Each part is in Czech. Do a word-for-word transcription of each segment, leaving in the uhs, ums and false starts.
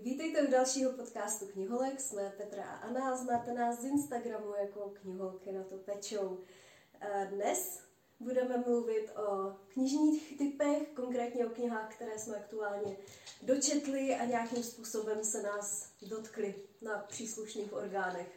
Vítejte u dalšího podcastu Kniholek, jsme Petra a Anna, znáte nás z Instagramu jako Kniholky na to pečou. Dnes budeme mluvit o knižních typech, konkrétně o knihách, které jsme aktuálně dočetli a nějakým způsobem se nás dotkly na příslušných orgánech.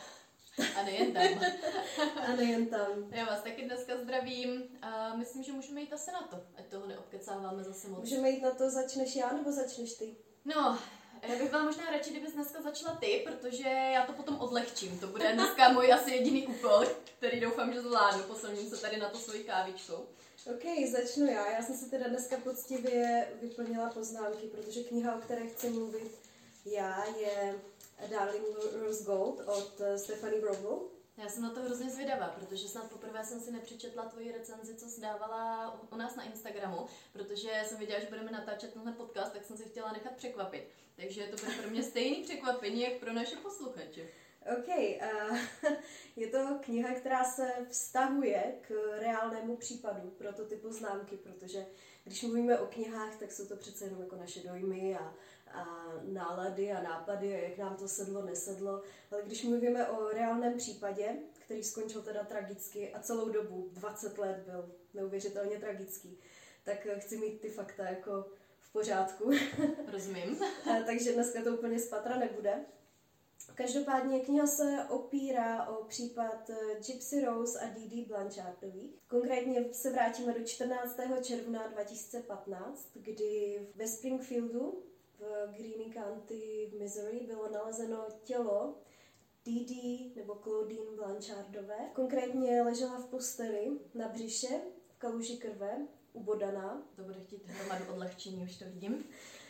A nejen tam. A nejen tam. Já vás taky dneska zdravím a myslím, že můžeme jít asi na to, ať toho neobkecáváme zase moc. Můžeme jít na to, začneš já nebo začneš ty? No, já bych byla možná radši, kdybys dneska začala ty, protože já to potom odlehčím. To bude dneska můj asi jediný úkol, který doufám, že zvládnu. Poslním se tady na to svojí kávičkou. Ok, začnu já. Já jsem si teda dneska poctivě vyplnila poznámky, protože kniha, o které chci mluvit já, je Darling Rose Gold od Stephanie Brogle. Já jsem na to hrozně zvědavá, protože snad poprvé jsem si nepřečetla tvoji recenzi, co jsi dávala u nás na Instagramu, protože jsem věděla, že budeme natáčet tenhle podcast, tak jsem se chtěla nechat překvapit. Takže to bude pro mě stejný překvapení, jak pro naše posluchače. Ok, uh, je to kniha, která se vztahuje k reálnému případu, proto ty poznámky, protože když mluvíme o knihách, tak jsou to přece jenom jako naše dojmy a, a nálady a nápady a jak nám to sedlo, nesedlo. Ale když mluvíme o reálném případě, který skončil teda tragicky a celou dobu, dvacet let byl neuvěřitelně tragický, tak chci mít ty fakta jako v pořádku. Rozumím. Takže dneska to úplně z patra nebude. Každopádně kniha se opírá o případ Gypsy Rose a Dee Dee Blanchardových. Konkrétně se vrátíme do čtrnáctého června dva tisíce patnáct, kdy ve Springfieldu v Greene County v Missouri bylo nalezeno tělo Dee Dee nebo Claudine Blanchardové. Konkrétně ležela v posteli na břiše v kaluži krve, ubodaná. To bude chtít hromadu odlehčení, už to vidím.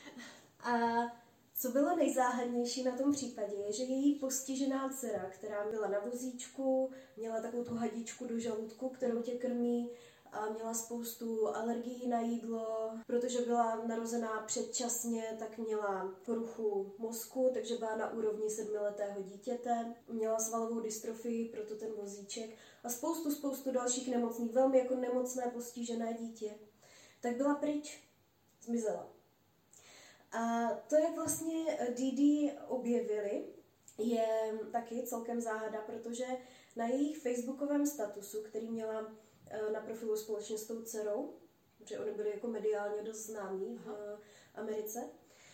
A co bylo nejzáhadnější na tom případě, je, že její postižená dcera, která byla na vozíčku, měla takovou tu hadičku do žaludku, kterou tě krmí, a měla spoustu alergií na jídlo, protože byla narozená předčasně, tak měla poruchu mozku, takže byla na úrovni sedmiletého dítěte, měla svalovou dystrofii, proto ten vozíček a spoustu, spoustu dalších nemocných, velmi jako nemocné postižené dítě. Tak byla pryč, zmizela. A to, jak vlastně Dee Dee objevili, je taky celkem záhada, protože na jejich facebookovém statusu, který měla na profilu společně s tou dcerou, protože oni byli jako mediálně dost známí v Aha. Americe,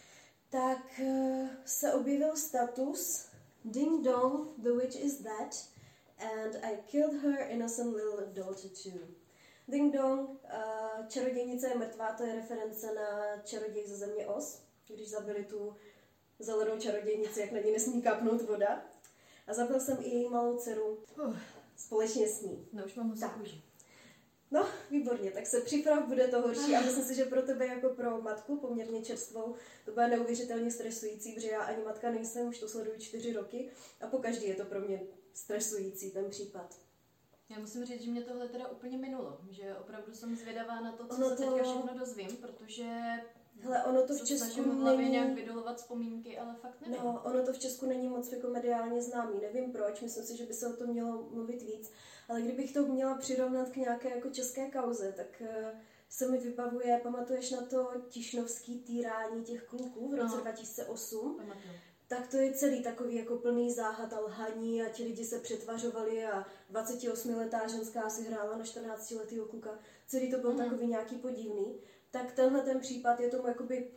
tak se objevil status Ding dong, the witch is dead and I killed her innocent little daughter too. Ding dong, čarodějnice je mrtvá, to je reference na čaroděj ze země Oz, když zabili tu zelenou čarodějnici, jak na ní nesmí kapnout voda. A zabil jsem i její malou dceru uh, společně s ní. No už mám husa kůži. No, výborně, tak se připrav, bude to horší a myslím si, že pro tebe jako pro matku, poměrně čerstvou, to bude neuvěřitelně stresující, protože já ani matka nejsem, už to sleduji čtyři roky a pokaždý je to pro mě stresující ten případ. Já musím říct, že mě tohle teda úplně minulo, že opravdu jsem zvědavá na to, co ono se to... teďka všechno dozvím, protože hele, ono to v Česku v hlavě není... nějak vydolovat vzpomínky, ale fakt nevím. No, ono to v Česku není moc jako mediálně známý, nevím proč, myslím si, že by se o tom mělo mluvit víc, ale kdybych to měla přirovnat k nějaké jako české kauze, tak uh, se mi vybavuje, pamatuješ na to tišnovský týrání těch kluků v roce no. dva tisíce osm? Pamatuju. Tak to je celý takový jako plný záhad a lhaní a ti lidi se přetvařovali a dvacetiosmiletá ženská si hrála na čtrnáctiletýho kluka. Celý to byl mm. takový nějaký podivný. Tak tenhle ten případ je tomu jakoby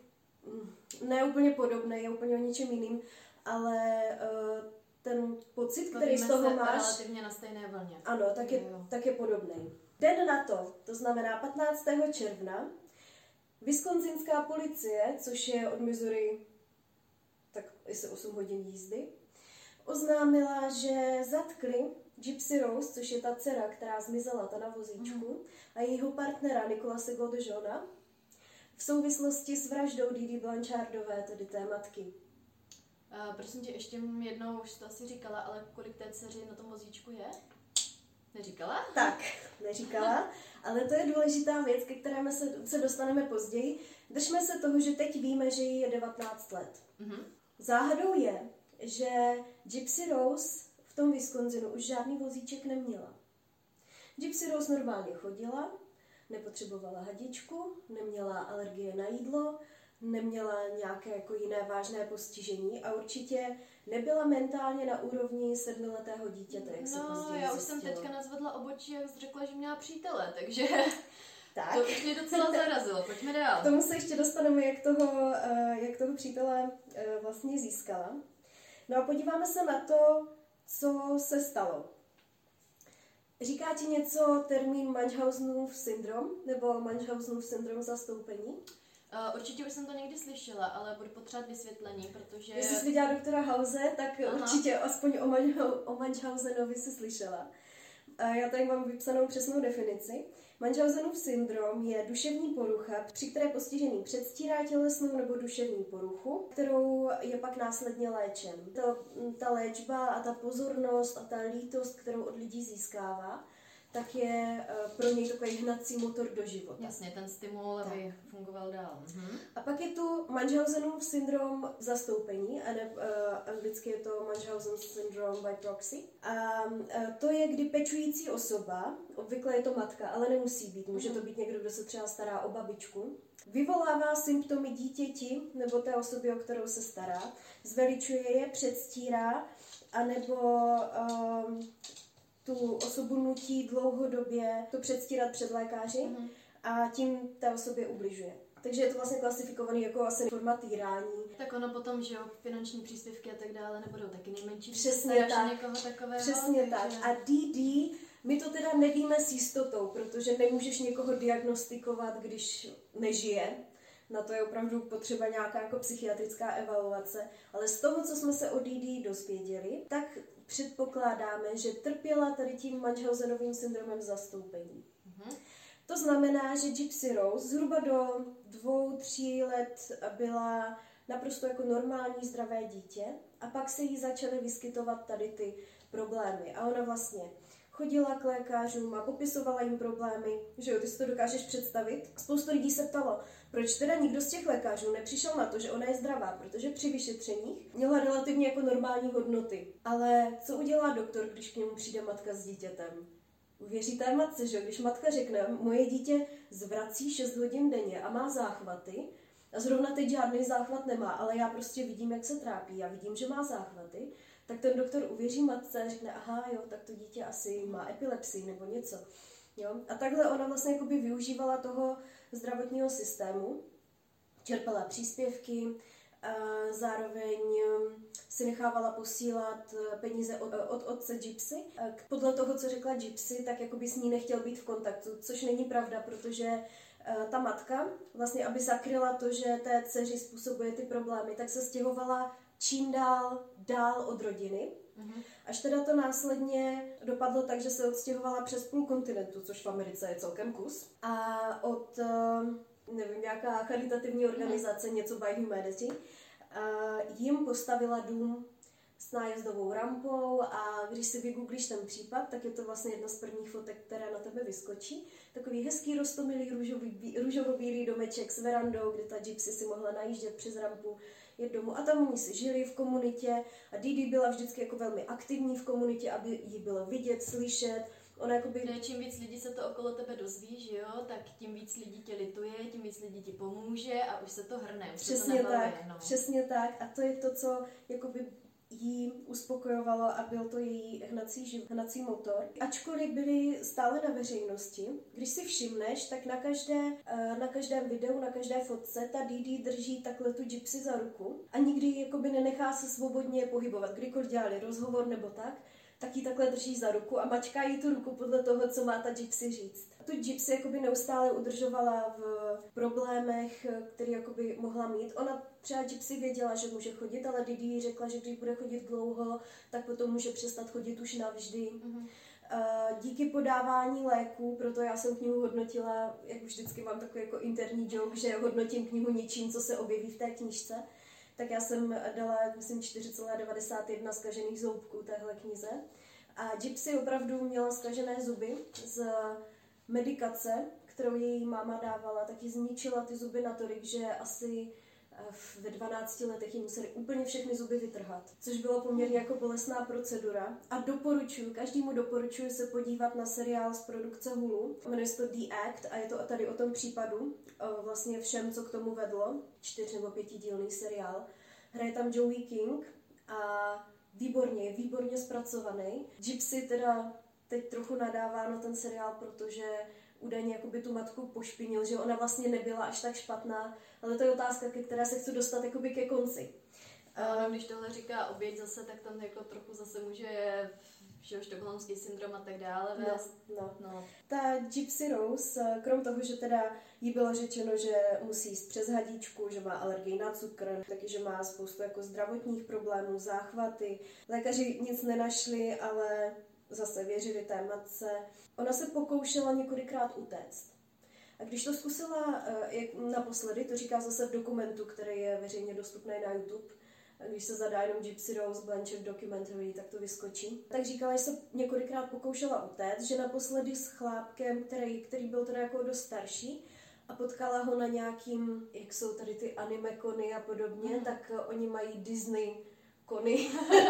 ne úplně podobný, je úplně o něčem jiným, ale uh, ten pocit, to který z toho se máš... relativně na stejné vlně. Ano, tak je, tak je podobný. Den na to, to znamená patnáctého června, Wisconsinská policie, což je od Missouri tak jestli osm hodin jízdy, oznámila, že zatkli Gypsy Rose, což je ta dcera, která zmizela, ta na vozíčku, mm. a jejího partnera Nicolase Godejona v souvislosti s vraždou Dee Dee Blanchardové, tedy té matky. Uh, prosím tě, ještě jednou, už to asi říkala, ale kolik té dceři na tom vozíčku je? Neříkala? Tak, neříkala, ale to je důležitá věc, ke které se, se dostaneme později. Držme se toho, že teď víme, že jí je devatenáct let. Mm-hmm. Záhadou je, že Gypsy Rose v tom Wisconsinu už žádný vozíček neměla. Gypsy Rose normálně chodila, nepotřebovala hadičku, neměla alergie na jídlo, neměla nějaké jako jiné vážné postižení a určitě nebyla mentálně na úrovni sedmiletého dítěte, jak se No, později já už zjistilo. jsem teďka nazvedla obočí, jak jsi řekla, že měla přítele, takže Tak. to už mě docela zarazilo. Pojďme dál. K tomu se ještě dostaneme, jak toho, jak toho přítele vlastně získala. No a podíváme se na to, co se stalo. Říká ti něco termín Munchausenův syndrom nebo Munchausenův syndrom zastoupení? Uh, určitě už jsem to někdy slyšela, ale budu potřebovat vysvětlení, protože... Jestli jsi viděla doktora House, tak Aha. určitě aspoň o, Munchau- o Munchausenovi jsi slyšela. Uh, já tady mám vypsanou přesnou definici. Munchausenův syndrom je duševní porucha, při které postižený předstírá tělesnou nebo duševní poruchu, kterou je pak následně léčen. Ta, ta léčba a ta pozornost a ta lítost, kterou od lidí získává, tak je pro něj takový hnací motor do života. Jasně, ten stimul, tak. aby fungoval dál. Mhm. A pak je tu Munchausenův syndrom zastoupení, a ne, uh, anglicky je to Munchausen syndrome by proxy. A uh, to je, kdy pečující osoba, obvykle je to matka, ale nemusí být, může to být někdo, kdo se třeba stará o babičku, vyvolává symptomy dítěti nebo té osoby, o kterou se stará, zveličuje je, předstírá, anebo um, tu osobu nutí dlouhodobě to předstírat před lékaři mm-hmm. a tím té osobě ubližuje. Takže je to vlastně klasifikovaný jako asi forma týrání. Tak ono potom, že jo, finanční příspěvky a tak dále nebudou taky nejmenší. Přesně tak. Někoho takového, Přesně takže... tak. A D D, my to teda nevíme s jistotou, protože nemůžeš někoho diagnostikovat, když nežije. Na to je opravdu potřeba nějaká jako psychiatrická evaluace. Ale z toho, co jsme se o D D dozvěděli, tak předpokládáme, že trpěla tady tím Munchausenovým syndromem zastoupení. Mm-hmm. To znamená, že Gypsy Rose zhruba do dvou, tří let byla naprosto jako normální zdravé dítě a pak se jí začaly vyskytovat tady ty problémy. A ona vlastně chodila k lékařům a popisovala jim problémy, že jo, ty si to dokážeš představit. Spoustu lidí se ptalo, proč teda nikdo z těch lékařů nepřišel na to, že ona je zdravá, protože při vyšetřeních měla relativně jako normální hodnoty. Ale co udělá doktor, když k němu přijde matka s dítětem? Uvěří té matce, že když matka řekne, moje dítě zvrací šest hodin denně a má záchvaty, a zrovna teď žádný záchvat nemá, ale já prostě vidím, jak se trápí, já vidím, že má záchvaty, tak ten doktor uvěří matce a řekne, aha, jo, tak to dítě asi má epilepsii nebo něco. Jo? A takhle ona vlastně jakoby využívala toho zdravotního systému, čerpala příspěvky, a zároveň si nechávala posílat peníze od, od otce Gypsy. Podle toho, co řekla Gypsy, tak jakoby s ní nechtěl být v kontaktu, což není pravda, protože ta matka, vlastně aby zakryla to, že té dceři způsobuje ty problémy, tak se stěhovala čím dál dál od rodiny. Mm-hmm. Až teda to následně dopadlo tak, že se odstěhovala přes půl kontinentu, což v Americe je celkem kus. A od, nevím, nějaká charitativní organizace, mm-hmm. něco by Humanity, jim postavila dům s nájezdovou rampou a když si vygooglíš ten případ, tak je to vlastně jedna z prvních fotek, která na tebe vyskočí. Takový hezký roztomilý růžový, růžovo-bílý domeček s verandou, kde ta Gypsy si mohla najíždět přes rampu, jet domů. A tam oni si žili v komunitě a Didi byla vždycky jako velmi aktivní v komunitě, aby jí bylo vidět, slyšet. Ona jakoby... Ne, čím víc lidí se to okolo tebe dozví, že jo, tak tím víc lidí tě lituje, tím víc lidí ti pomůže a už se to hrne, už přesně se to nebaluje, tak, no. Přesně tak a to je to, co jakoby jí uspokojovalo a byl to její hnací, živ, hnací motor. Ačkoliv byly stále na veřejnosti, když si všimneš, tak na, každé, na každém videu, na každé fotce ta Didi drží takhle tu Gypsy za ruku a nikdy jakoby nenechá se svobodně pohybovat. Kdykoliv dělali rozhovor nebo tak, tak ji takhle drží za ruku a mačká jí tu ruku podle toho, co má ta Gypsy říct. Tu Gypsy jakoby neustále udržovala v problémech, který jakoby mohla mít. Ona třeba Gypsy věděla, že může chodit, ale Didi jí řekla, že když bude chodit dlouho, tak potom může přestat chodit už navždy. Mm-hmm. Díky podávání léků, proto já jsem knihu hodnotila, jak vždycky mám takový jako interní joke, že hodnotím knihu něčím, co se objeví v té knížce. Tak já jsem dala, myslím, čtyři celá devadesát jedna zkažených zoubků téhle knize. A Gypsy opravdu měla zkažené zuby z medikace, kterou její máma dávala, taky zničila ty zuby natolik, že asi ve dvanácti letech jí museli úplně všechny zuby vytrhat, což bylo poměrně jako bolestná procedura. A doporučuji, každému doporučuji se podívat na seriál z produkce Hulu. Jmenuje se to The Act a je to tady o tom případu, o vlastně všem, co k tomu vedlo. Čtyř nebo pětidílný seriál. Hraje tam Joey King a výborně, je výborně zpracovaný. Gypsy teda teď trochu nadává na ten seriál, protože údajně jakoby tu matku pošpinil, že ona vlastně nebyla až tak špatná, ale to je otázka, ke které se chci dostat jakoby ke konci. A když tohle říká oběť zase, tak tam jako trochu zase může stockholmský syndrom a tak dále vést. No, no. No. Ta Gypsy Rose, krom toho, že teda jí bylo řečeno, že musí jíst přes hadičku, že má alergii na cukr, taky, že má spoustu jako zdravotních problémů, záchvaty. Lékaři nic nenašli, ale zase věřili té matce. Ona se pokoušela několikrát utéct. A když to zkusila jak naposledy, to říká zase v dokumentu, který je veřejně dostupný na YouTube, a když se zadá jenom Gypsy Rose Blanchett Documentary, tak to vyskočí. Tak říkala, že se několikrát pokoušela utéct, že naposledy s chlápkem, který, který byl teda jako dost starší, a potkala ho na nějakým, jak jsou tady ty anime kony a podobně, mm. tak oni mají Disney kony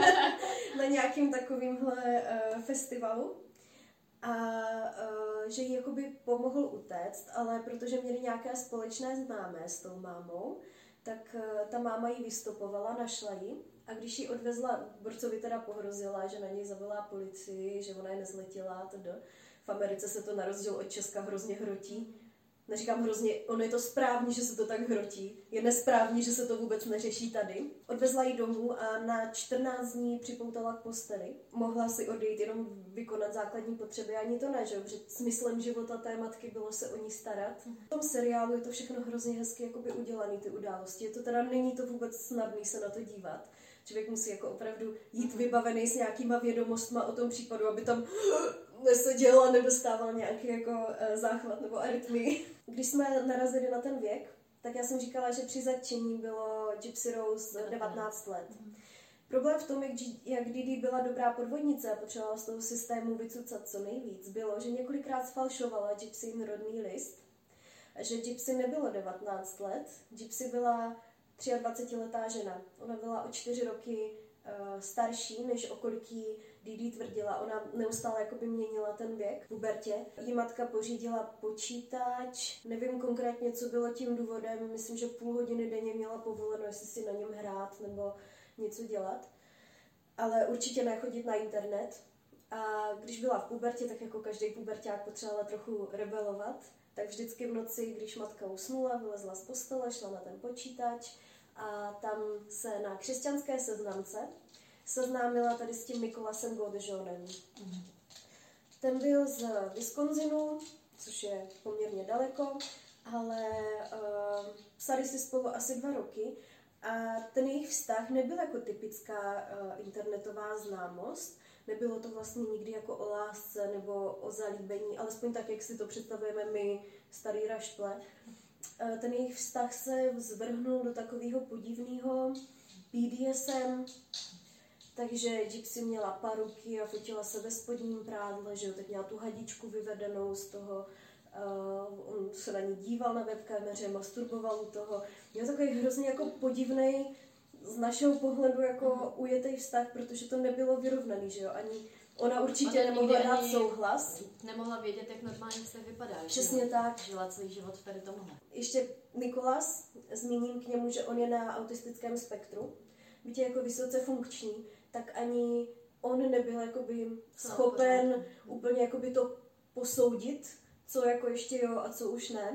na nějakým takovýmhle uh, festivalu. A uh, že jí jakoby pomohl utéct, ale protože měli nějaké společné známé s tou mámou, tak uh, ta máma ji vystopovala, našla ji a když ji odvezla, borcovi teda pohrozila, že na něj zavolá policii, že ona je nezletila, teda. V Americe se to na rozdíl od Česka hrozně hrotí. Neříkám hrozně, ono je to správně, že se to tak hrotí. Je nesprávně, že se to vůbec neřeší tady. Odvezla ji domů a na čtrnáct dní připoutala k posteli. Mohla si odejít, jenom vykonat základní potřeby, ani to ne, že? Protože smyslem života té matky bylo se o ní starat. V tom seriálu je to všechno hrozně hezky jakoby udělaný, ty události. Je to teda, není to vůbec snadný se na to dívat. Člověk musí jako opravdu jít vybavený s nějakýma vědomostma o tom případu, aby tam neseděl a nedostával nějaký jako uh, záchvat nebo arytmii. Když jsme narazili na ten věk, tak já jsem říkala, že při zatčení bylo Gypsy Rose devatenáct let. Mm. Problém v tom, jak, jak Didi byla dobrá podvodnice a potřebovala z toho systému vycucat co nejvíc, bylo, že několikrát sfalšovala Gypsy rodný list, že Gypsy nebylo devatenáct let, Gypsy byla dvacetiletá žena. Ona byla o čtyři roky uh, starší, než o kolik jí Didi tvrdila. Ona neustále jakoby měnila ten věk v pubertě. Jí matka pořídila počítač. Nevím konkrétně, co bylo tím důvodem. Myslím, že půl hodiny denně měla povoleno, jestli si na něm hrát nebo něco dělat. Ale určitě nechodit na internet. A když byla v pubertě, tak jako každý puberťák potřebovala trochu rebelovat. Tak vždycky v noci, když matka usnula, vylezla z postele, šla na ten počítač a tam se na křesťanské seznamce seznámila tady s tím Nicholasem Godejohnem. Mm. Ten byl z Wisconsinu, což je poměrně daleko, ale uh, psali si spolu asi dva roky a ten jejich vztah nebyl jako typická uh, internetová známost. Nebylo to vlastně nikdy jako o lásce nebo o zalíbení, alespoň tak, jak si to představujeme my, starý rašple. Ten jejich vztah se zvrhnul do takového podivného bé dé es em, takže Gypsy měla paruky a fotila se ve spodním prádle, že jo, tak měla tu hadičku vyvedenou z toho, uh, on se na ní díval na webkameře, masturboval u toho. Měl takový hrozně jako podivnej, z našeho pohledu jako ujetý vztah, protože to nebylo vyrovnaný, že jo, ani ona určitě ona nemohla dát souhlas. Nemohla vědět, jak normální vztah vypadá. Přesně tak. Žila celý život tady tomuhle. Ještě Nicholas, zmíním k němu, že on je na autistickém spektru, byť je jako vysoce funkční, tak ani on nebyl jakoby schopen úplně jakoby to posoudit, co jako ještě jo a co už ne.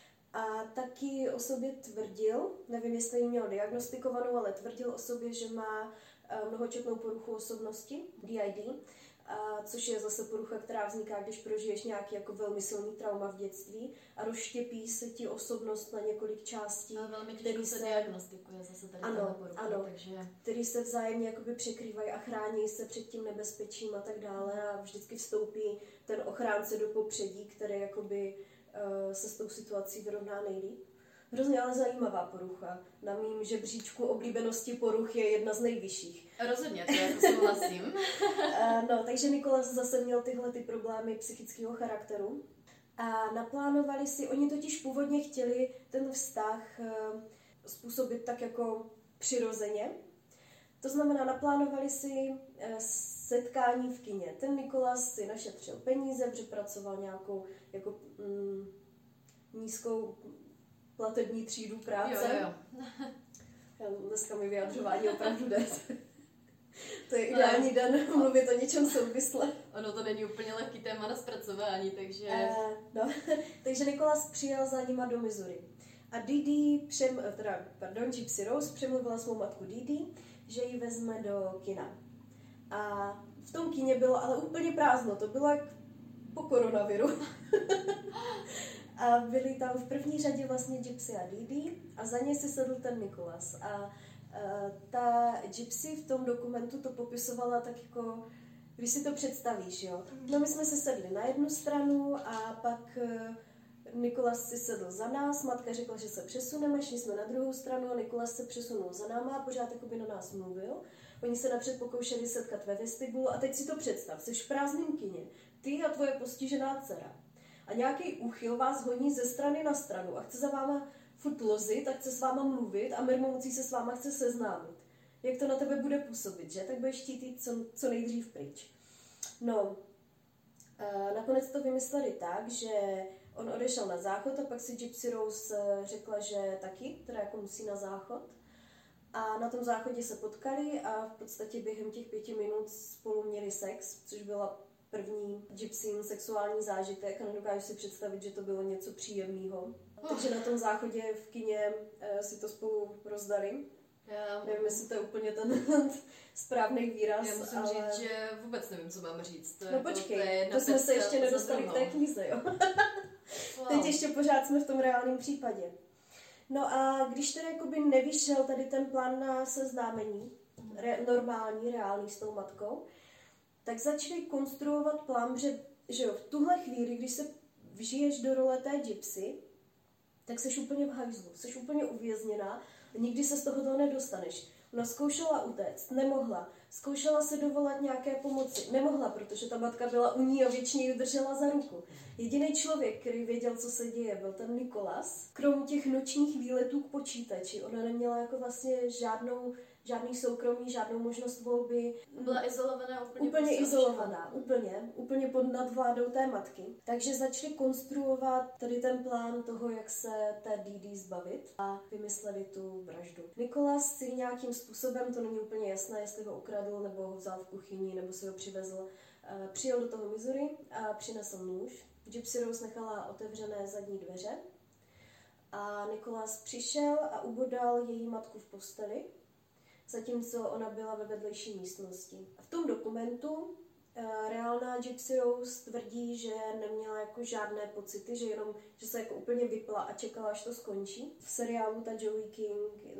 A taky o sobě tvrdil, nevím, jestli ji měl diagnostikovanou, ale tvrdil o sobě, že má mnohočetnou poruchu osobnosti, D I D, a což je zase porucha, která vzniká, když prožiješ nějaký jako velmi silný trauma v dětství a rozštěpí se ti osobnost na několik částí. Ale velmi těžko se diagnostikuje zase tady ano, porucha, ano, takže... který se vzájemně jakoby překrývají a chrání se před tím nebezpečím a tak dále a vždycky vstoupí ten ochránce do popředí, který jakoby uh, se s tou situací vyrovná nejlíp. Hrozně ale zajímavá porucha. Na mým žebříčku oblíbenosti poruch je jedna z nejvyšších. Rozhodně, to já souhlasím. No, takže Nicholas zase měl tyhle ty problémy psychického charakteru. A naplánovali si, oni totiž původně chtěli ten vztah způsobit tak jako přirozeně. To znamená, naplánovali si setkání v kině. Ten Nikolas si našetřil peníze, přepracoval nějakou jako mm, nízkou platební třídu práce. Jo, jo, jo. Dneska mi vyjadřování opravdu jde. To je ideální no. den mluvit o něčem souvisle. Ono to není úplně lehký téma na zpracování, takže... Uh, no. Takže Nikolas přijel za nima do Missouri. A Didi, přem, teda, pardon, Gypsy Rose přemluvila svou matku Didi, že ji vezme do kina. A v tom kině bylo ale úplně prázdno, to bylo jak po koronaviru. A byli tam v první řadě vlastně Gypsy a Didi a za ně si sedl ten Nikolas. A Uh, ta Gypsy v tom dokumentu to popisovala tak jako, když si to představíš, jo. No my jsme se sedli na jednu stranu a pak uh, Nikolas si sedl za nás, matka řekla, že se přesuneme, šli jsme na druhou stranu a Nikolas se přesunul za náma a pořád jakoby na nás mluvil. Oni se napřed pokoušeli setkat ve vestibulu a teď si to představ, jsi v prázdném kině, ty a tvoje postižená dcera. A nějaký úchyl vás honí ze strany na stranu a chce za váma furt lozit a chce s váma mluvit a mermoucí se s váma chce seznámit. Jak to na tebe bude působit, že? Tak budeš chtít jít co, co nejdřív pryč. No, a nakonec to vymysleli tak, že on odešel na záchod a pak si Gypsy Rose řekla, že taky, teda jako musí na záchod. A na tom záchodě se potkali a v podstatě během těch pěti minut spolu měli sex, což byla první Gypsyn sexuální zážitek a nedokážu si představit, že to bylo něco příjemného. Takže na tom záchodě v kině uh, si to spolu rozdali. Já... Nevím, jestli to je úplně ten správný výraz. Já musím ale... říct, že vůbec nevím, co mám říct. To no jako, počkej, to, to jsme se ještě nedostali k té knize, jo. Wow. Teď ještě pořád jsme v tom reálném případě. No a když tedy jakoby nevyšel tady ten plán na seznámení, mm. re, normální, reálný s tou matkou, tak začali konstruovat plán, že, že jo, v tuhle chvíli, když se vžiješ do role té Gypsy, tak seš úplně v hajzlu, seš úplně uvězněná, nikdy se z toho nedostaneš. Ona zkoušela utéct, nemohla. Zkoušela se dovolat nějaké pomoci, nemohla, protože ta matka byla u ní a většině ji držela za ruku. Jediný člověk, který věděl, co se děje, byl ten Nikolas. Kromě těch nočních výletů k počítači, ona neměla jako vlastně žádnou, žádný soukromí, žádnou možnost volby. Byla izolovaná úplně. Úplně izolovaná, úplně, úplně pod nadvládou té matky. Takže začali konstruovat tady ten plán toho, jak se té Didi zbavit a vymysleli tu vraždu. Nikolas si nějakým způsobem, to není úplně jasné, jestli ho ukradl, nebo ho vzal v kuchyni, nebo si ho přivezl, přijel do toho Missouri a přinesl nůž. Gypsy Rose nechala otevřené zadní dveře a Nikolas přišel a ubodal její matku v posteli, zatímco ona byla ve vedlejší místnosti. A v tom dokumentu uh, reálná Gypsy Rose tvrdí, že neměla jako žádné pocity, že jenom, že se jako úplně vypla a čekala, až to skončí. V seriálu ta Joey King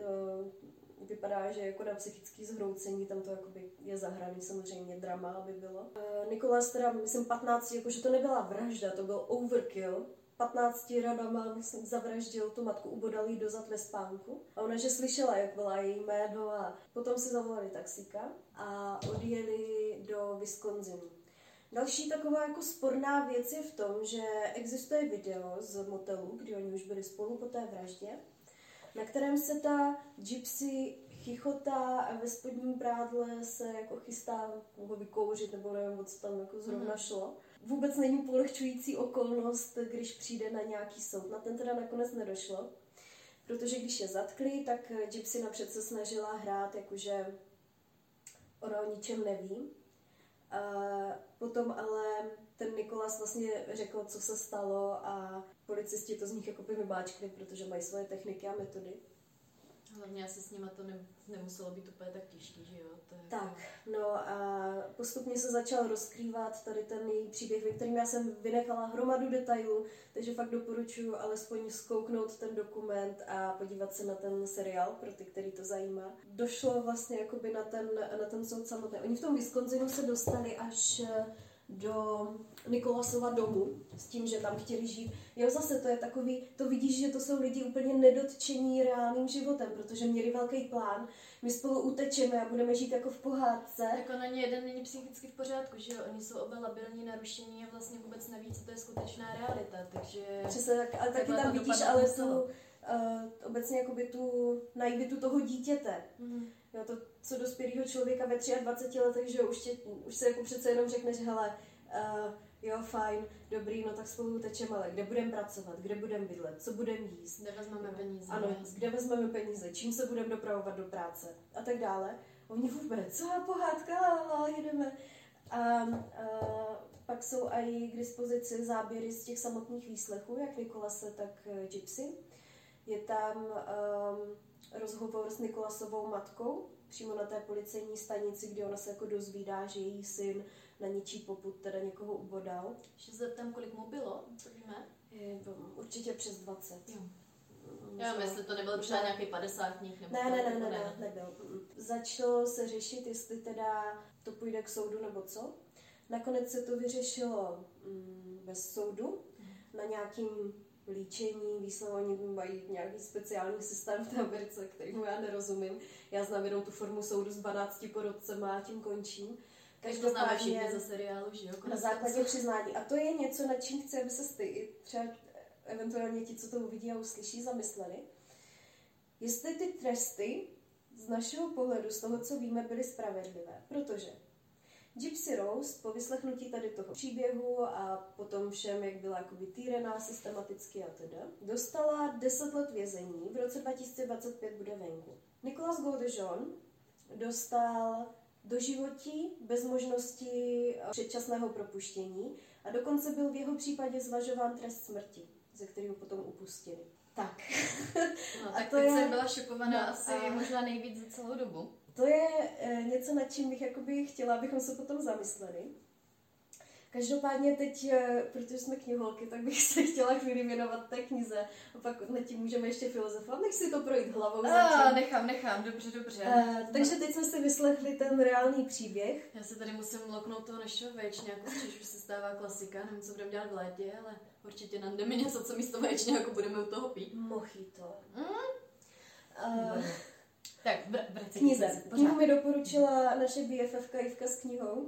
uh, vypadá, že jako na psychické zhroucení, tam to jakoby je zahraný, samozřejmě drama, aby bylo. Uh, Nikolas teda, myslím, patnáct, jakože to nebyla vražda, to byl overkill. patnácti radama zavraždil tu matku, ubodal jí dozad ve spánku. A ona, že slyšela, jak volá její jméno a potom si zavolali taxíka a odjeli do Wisconsinu. Další taková jako sporná věc je v tom, že existuje video z motelu, kdy oni už byli spolu po té vraždě, na kterém se ta Gypsy chichotá a ve spodním prádle se jako chystá ho vykouřit, nebo nevím, co tam jako zrovna šlo. Vůbec není polehčující okolnost, když přijde na nějaký soud. Na ten teda nakonec nedošlo, protože když je zatkli, tak Gypsy napřed se snažila hrát, jakože ona o ničem neví. A potom ale ten Nikolas vlastně řekl, co se stalo a policisti to z nich jako by vybáčkli, protože mají svoje techniky a metody. Hlavně asi s nima to ne, nemuselo být úplně tak těžký, že jo? To je tak, jako... no a postupně se začal rozkrývat tady ten její příběh, ve kterým já jsem vynechala hromadu detailů, takže fakt doporučuji alespoň zkouknout ten dokument a podívat se na ten seriál, pro ty, který to zajímá. Došlo vlastně jakoby na ten, na ten soud samotný. Oni v tom Wisconsinu se dostali až do Nikolasova domu, s tím, že tam chtěli žít. Jo, zase to je takový, to vidíš, že to jsou lidi úplně nedotčení reálným životem, protože měli velký plán, my spolu utečeme a budeme žít jako v pohádce. Tak on ani jeden není psychicky v pořádku, že jo? Oni jsou oba labilní, narušení a vlastně vůbec neví, co to je skutečná realita, takže... Přesně tak, ale taky tam vidíš ale tu, uh, obecně jakoby tu najivitu toho dítěte. Mm. Jo, to, co dospělého člověka ve dvaceti třech letech, že už, tě, už se jako přece jenom řekneš, hele, uh, jo, fajn, dobrý, no tak spolu tečeme, ale kde budeme pracovat, kde budeme bydlet, co budeme jíst. Kde vezmeme no, peníze. Ano, kde vezmeme peníze, čím se budeme dopravovat do práce a tak dále. Oni vůbec, co pohádka, ale jedeme. A, a pak jsou i k dispozici záběry z těch samotných výslechů, jak Nikolase, tak Gypsy. Je tam um, rozhovor s Nikolasovou matkou, přímo na té policejní stanici, kde ona se jako dozvídá, že její syn na něčí popud teda někoho ubodal. Ještě se zeptám, kolik mu bylo, co víme? Je, určitě přes dvacet. Jo. Já myslím, jestli to nebyl třeba ne. nějaký padesátník nebo ne, ne, ne, ne, ne, nebyl. Začalo se řešit, jestli teda to půjde k soudu nebo co. Nakonec se to vyřešilo mm, bez soudu, mm. na nějakým líčení, výsledně oni mají nějaký speciální systém v té Americe, kterýmu já nerozumím. Já znám jenom tu formu soudu s dvanácti porodcema a tím končím. Každopádně to známe všichni ze seriálu, že jo? Na základě přiznání. A to je něco, nad čím chci, aby se ty, třeba eventuálně ti, co to uvidí a uslyší, zamysleli. Jestli ty tresty z našeho pohledu, z toho, co víme, byly spravedlivé. Protože Gypsy Rose po vyslechnutí tady toho příběhu a potom všem, jak byla jakoby týraná systematicky a teda, dostala deset let vězení, v roce dva tisíce dvacet pět bude venku. Nicolas Godejohn dostal doživotí bez možnosti předčasného propuštění a dokonce byl v jeho případě zvažován trest smrti, ze kterého potom upustili. Tak. No, tak a to teď je... jsem byla šokovaná no, asi a... možná nejvíc za celou dobu. To je e, něco, nad čím bych jakoby chtěla, abychom se potom zamysleli. Každopádně teď, e, protože jsme kniholky, tak bych se chtěla chvíli věnovat té knize a pak nad tím můžeme ještě filozofovat. Nech si to projít hlavou. A, nechám, nechám, dobře, dobře. E, takže teď jsme si vyslechli ten reálný příběh. Já se tady musím loknout toho našeho vaječňáku, což už se stává klasika, nevím, co budeme dělat v létě, ale určitě nandeme něco, co místo vaječňáku budeme u toho pít. Mojito. Mm? Uh, tak, vrátím knize. Knihu mi doporučila naše B F F ka Ivka s knihou.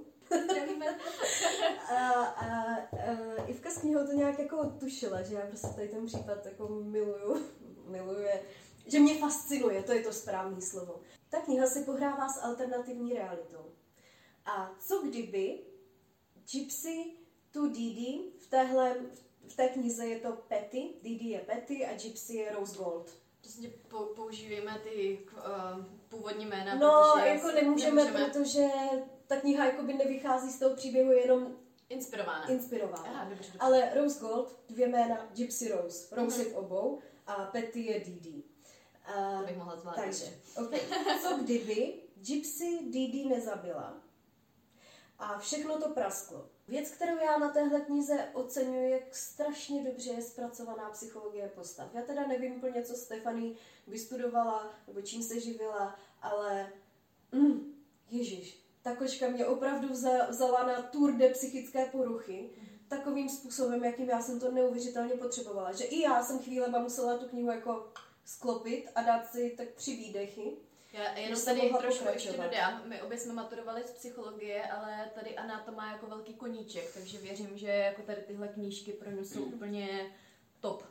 a, a, a Ivka s knihou to nějak jako tušila, že já prostě tady ten případ jako miluju, miluju, že mě fascinuje, to je to správné slovo. Ta kniha si pohrává s alternativní realitou. A co kdyby Gypsy tu Didi, v téhle, v té knize je to Patty, Didi je Patty a Gypsy je Rose Gold. Prostě používáme ty uh, původní jména, no, protože jako nemůžeme, nemůžeme, protože ta kniha jakoby nevychází z toho příběhu, jenom inspirována. inspirována. Aha, dobře, dobře. Ale Rose Gold, dvě jména, Gypsy Rose. Rose mm-hmm. je v obou a Patty je Didi. Uh, to bych mohla zvládnout. Takže, okay. Co kdyby Gypsy Didi nezabila a všechno to prasklo? Věc, kterou já na téhle knize oceňuji, jak strašně dobře je zpracovaná psychologie postav. Já teda nevím úplně, co Stefanie vystudovala, nebo čím se živila, ale mm, ježiš, ta kočka mě opravdu vzala na tour de psychické poruchy, takovým způsobem, jakým já jsem to neuvěřitelně potřebovala. Že i já jsem chvílema musela tu knihu jako sklopit a dát si tak tři výdechy. Já jenom tady trošku ještě dodám, my obě jsme maturovali z psychologie, ale tady Anna to má jako velký koníček, takže věřím, že jako tady tyhle knížky pro ně jsou úplně top.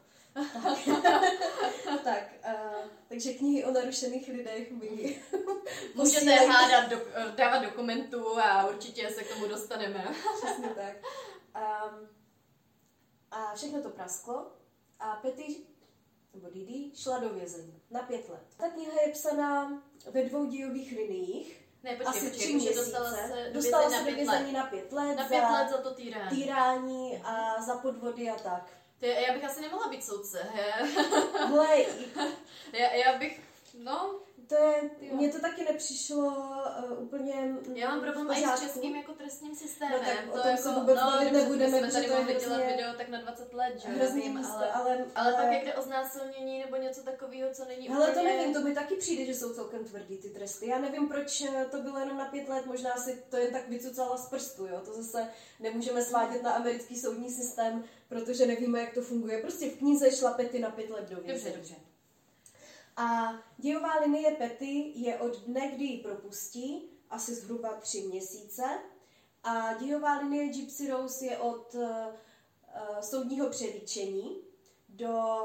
tak, uh, takže knihy o narušených lidech mi můžete hádat, do, dávat do komentů a určitě se k tomu dostaneme. Přesně tak. Um, a všechno to prasklo a Patty, nebo Didi, šla do vězení na pět let. Ta kniha je psaná ve dvou dílových liniích. Ne, počkej, asi počkej, tři měsíce. Dostala se do dostala vězení, se do vězení na pět let. Na pět za let za to týrání. Týrání a za podvody a tak. Ty, já bych asi nemohla být soudce. Hle, já, já bych, no... To je, mně to taky nepřišlo uh, úplně Já mám problém i s českým jako trestním systémem. No tak to o tom jako, se vůbec no, bavit nebudeme, jsme tady to mohli hrozně, dělat video tak na dvacet let, že hrozný nevím, místo, ale, ale, ale pak jak jde o znásilnění nebo něco takového, co není hele, úplně... to nevím, to mi taky přijde, že jsou celkem tvrdý ty tresty. Já nevím, proč to bylo jenom na pět let, možná si to jen tak vycucala z prstu, jo? To zase nemůžeme svádět na americký soudní systém, protože nevíme, jak to funguje. Prostě v knize šla Patty na pět let do vězení. Dobře, dobře. A dějová linie Patty je od dne, kdy ji propustí, asi zhruba tři měsíce. A dějová linie Gypsy Rose je od uh, soudního přelíčení do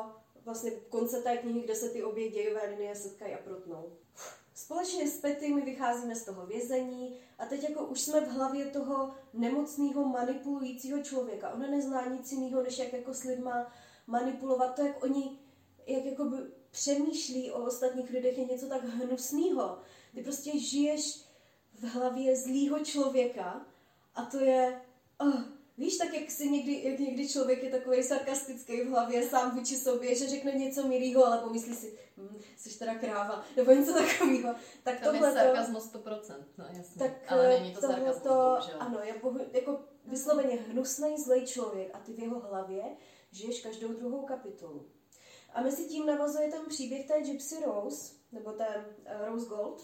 vlastně konce té knihy, kde se ty obě dějové linie setkají a protnou. Společně s Petty my vycházíme z toho vězení a teď jako už jsme v hlavě toho nemocného manipulujícího člověka. Ona nezná nic jiného, než jak jako s lidma manipulovat. To, jak oni jak jakoby přemýšlí o ostatních lidech, je něco tak hnusného. Ty prostě žiješ v hlavě zlýho člověka a to je... Oh, víš, tak jak si někdy, jak někdy člověk je takovej sarkastický v hlavě sám vůči sobě, že řekne něco milýho, ale pomyslí si, hm, jsi teda kráva, nebo něco takového. Tak tam tohle je sarkazmus sto procent, no jasně. Tak ale není to sarkazmus, bohužel. Ano, je bohu, jako vysloveně hnusnej, zlej člověk a ty v jeho hlavě žiješ každou druhou kapitolu. A mezi tím navazuje ten příběh té Gypsy Rose, nebo té uh, Rose Gold,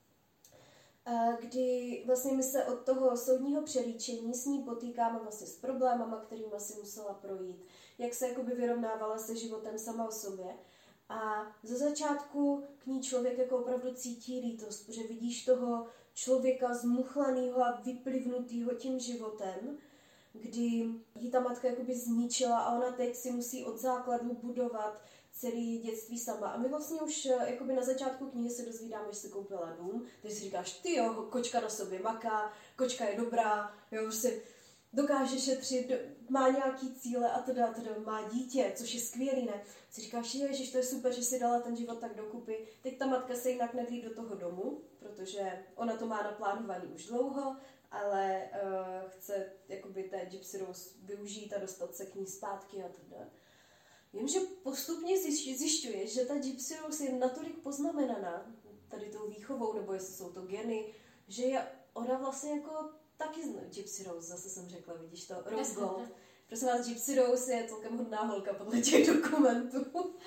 uh, kdy vlastně my se od toho soudního přelíčení s ní potýkáme vlastně s problémama, kterými si musela projít, jak se jakoby vyrovnávala se životem sama o sobě. A ze začátku k ní člověk jako opravdu cítí lítost, protože vidíš toho člověka zmuchlanýho a vyplivnutýho tím životem, kdy jí ta matka jakoby zničila a ona teď si musí od základů budovat celý dětství sama. A my vlastně už jakoby na začátku knihy se dozvídáme, že si koupila dům, takže si říkáš, ty jo, kočka na sobě maká, kočka je dobrá, jo, prostě dokáže šetřit, má nějaký cíle a teda, teda má dítě, což je skvělý, ne? Si říkáš, ježiš, to je super, že si dala ten život tak dokupy. Teď ta matka se jinak nedlí do toho domu, protože ona to má naplánovaný už dlouho, ale uh, chce jakoby té Gypsy Rose využít a dostat se k ní zpátky a teda. Jenže postupně zjišťuješ, že ta Gypsy Rose je natolik poznamenaná tady tou výchovou, nebo jestli jsou to geny, že je ona vlastně jako taky Gypsy Rose, zase jsem řekla, vidíš to, Rose Gold. Prosím vás, Gypsy Rose je celkem hodná holka podle těch dokumentů.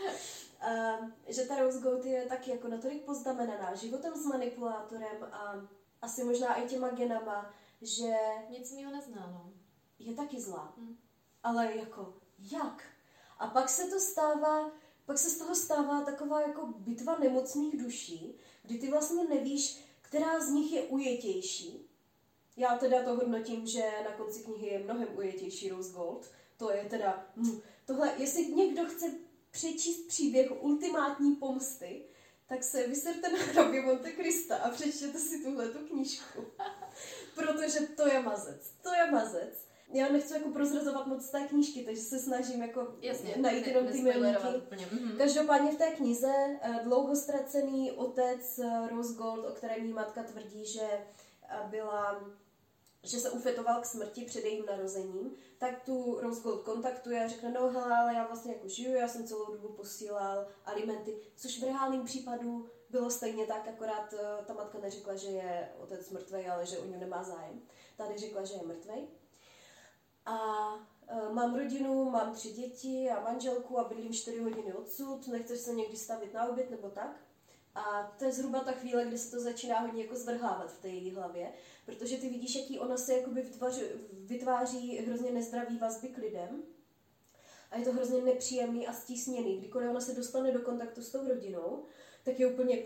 Uh, že ta Rose Gold je taky jako natolik poznamenaná životem s manipulátorem a asi možná i těma genama, že... Nic mýho nezná, no. Je taky zlá. Hm. Ale jako, jak? A pak se to stává, pak se z toho stává taková jako bitva nemocných duší, kdy ty vlastně nevíš, která z nich je ujetější. Já teda to hodnotím, že na konci knihy je mnohem ujetější Rose Gold. To je teda... Hm, tohle, jestli někdo chce přečíst příběh ultimátní pomsty, tak se vyserte na hrobě Monte Crista a přečtěte si tuhletu knížku. Protože to je mazec. To je mazec. Já nechci jako prozrazovat moc té knížky, takže se snažím jako Jasně, najít jenom ty milníky. Mm-hmm. Každopádně v té knize dlouho ztracený otec Rose Gold, o kterém jí matka tvrdí, že byla... že se ufetoval k smrti před jejím narozením, tak tu Rose Gold kontaktuje a řekne, no hele, ale já vlastně jako žiju, já jsem celou dobu posílal alimenty, což v reálném případu bylo stejně tak, akorát uh, ta matka neřekla, že je otec mrtvej, ale že o něj nemá zájem. Tady řekla, že je mrtvej. A uh, mám rodinu, mám tři děti a manželku a bydlím čtyři hodiny odsud, nechceš se někdy stavit na oběd nebo tak? A to je zhruba ta chvíle, kdy se to začíná hodně jako zvrhávat v té její hlavě, protože ty vidíš, jaký ona se jakoby vytváří, vytváří hrozně nezdravý vazby k lidem a je to hrozně nepříjemný a stísněný. Kdykoliv ona se dostane do kontaktu s tou rodinou, tak je úplně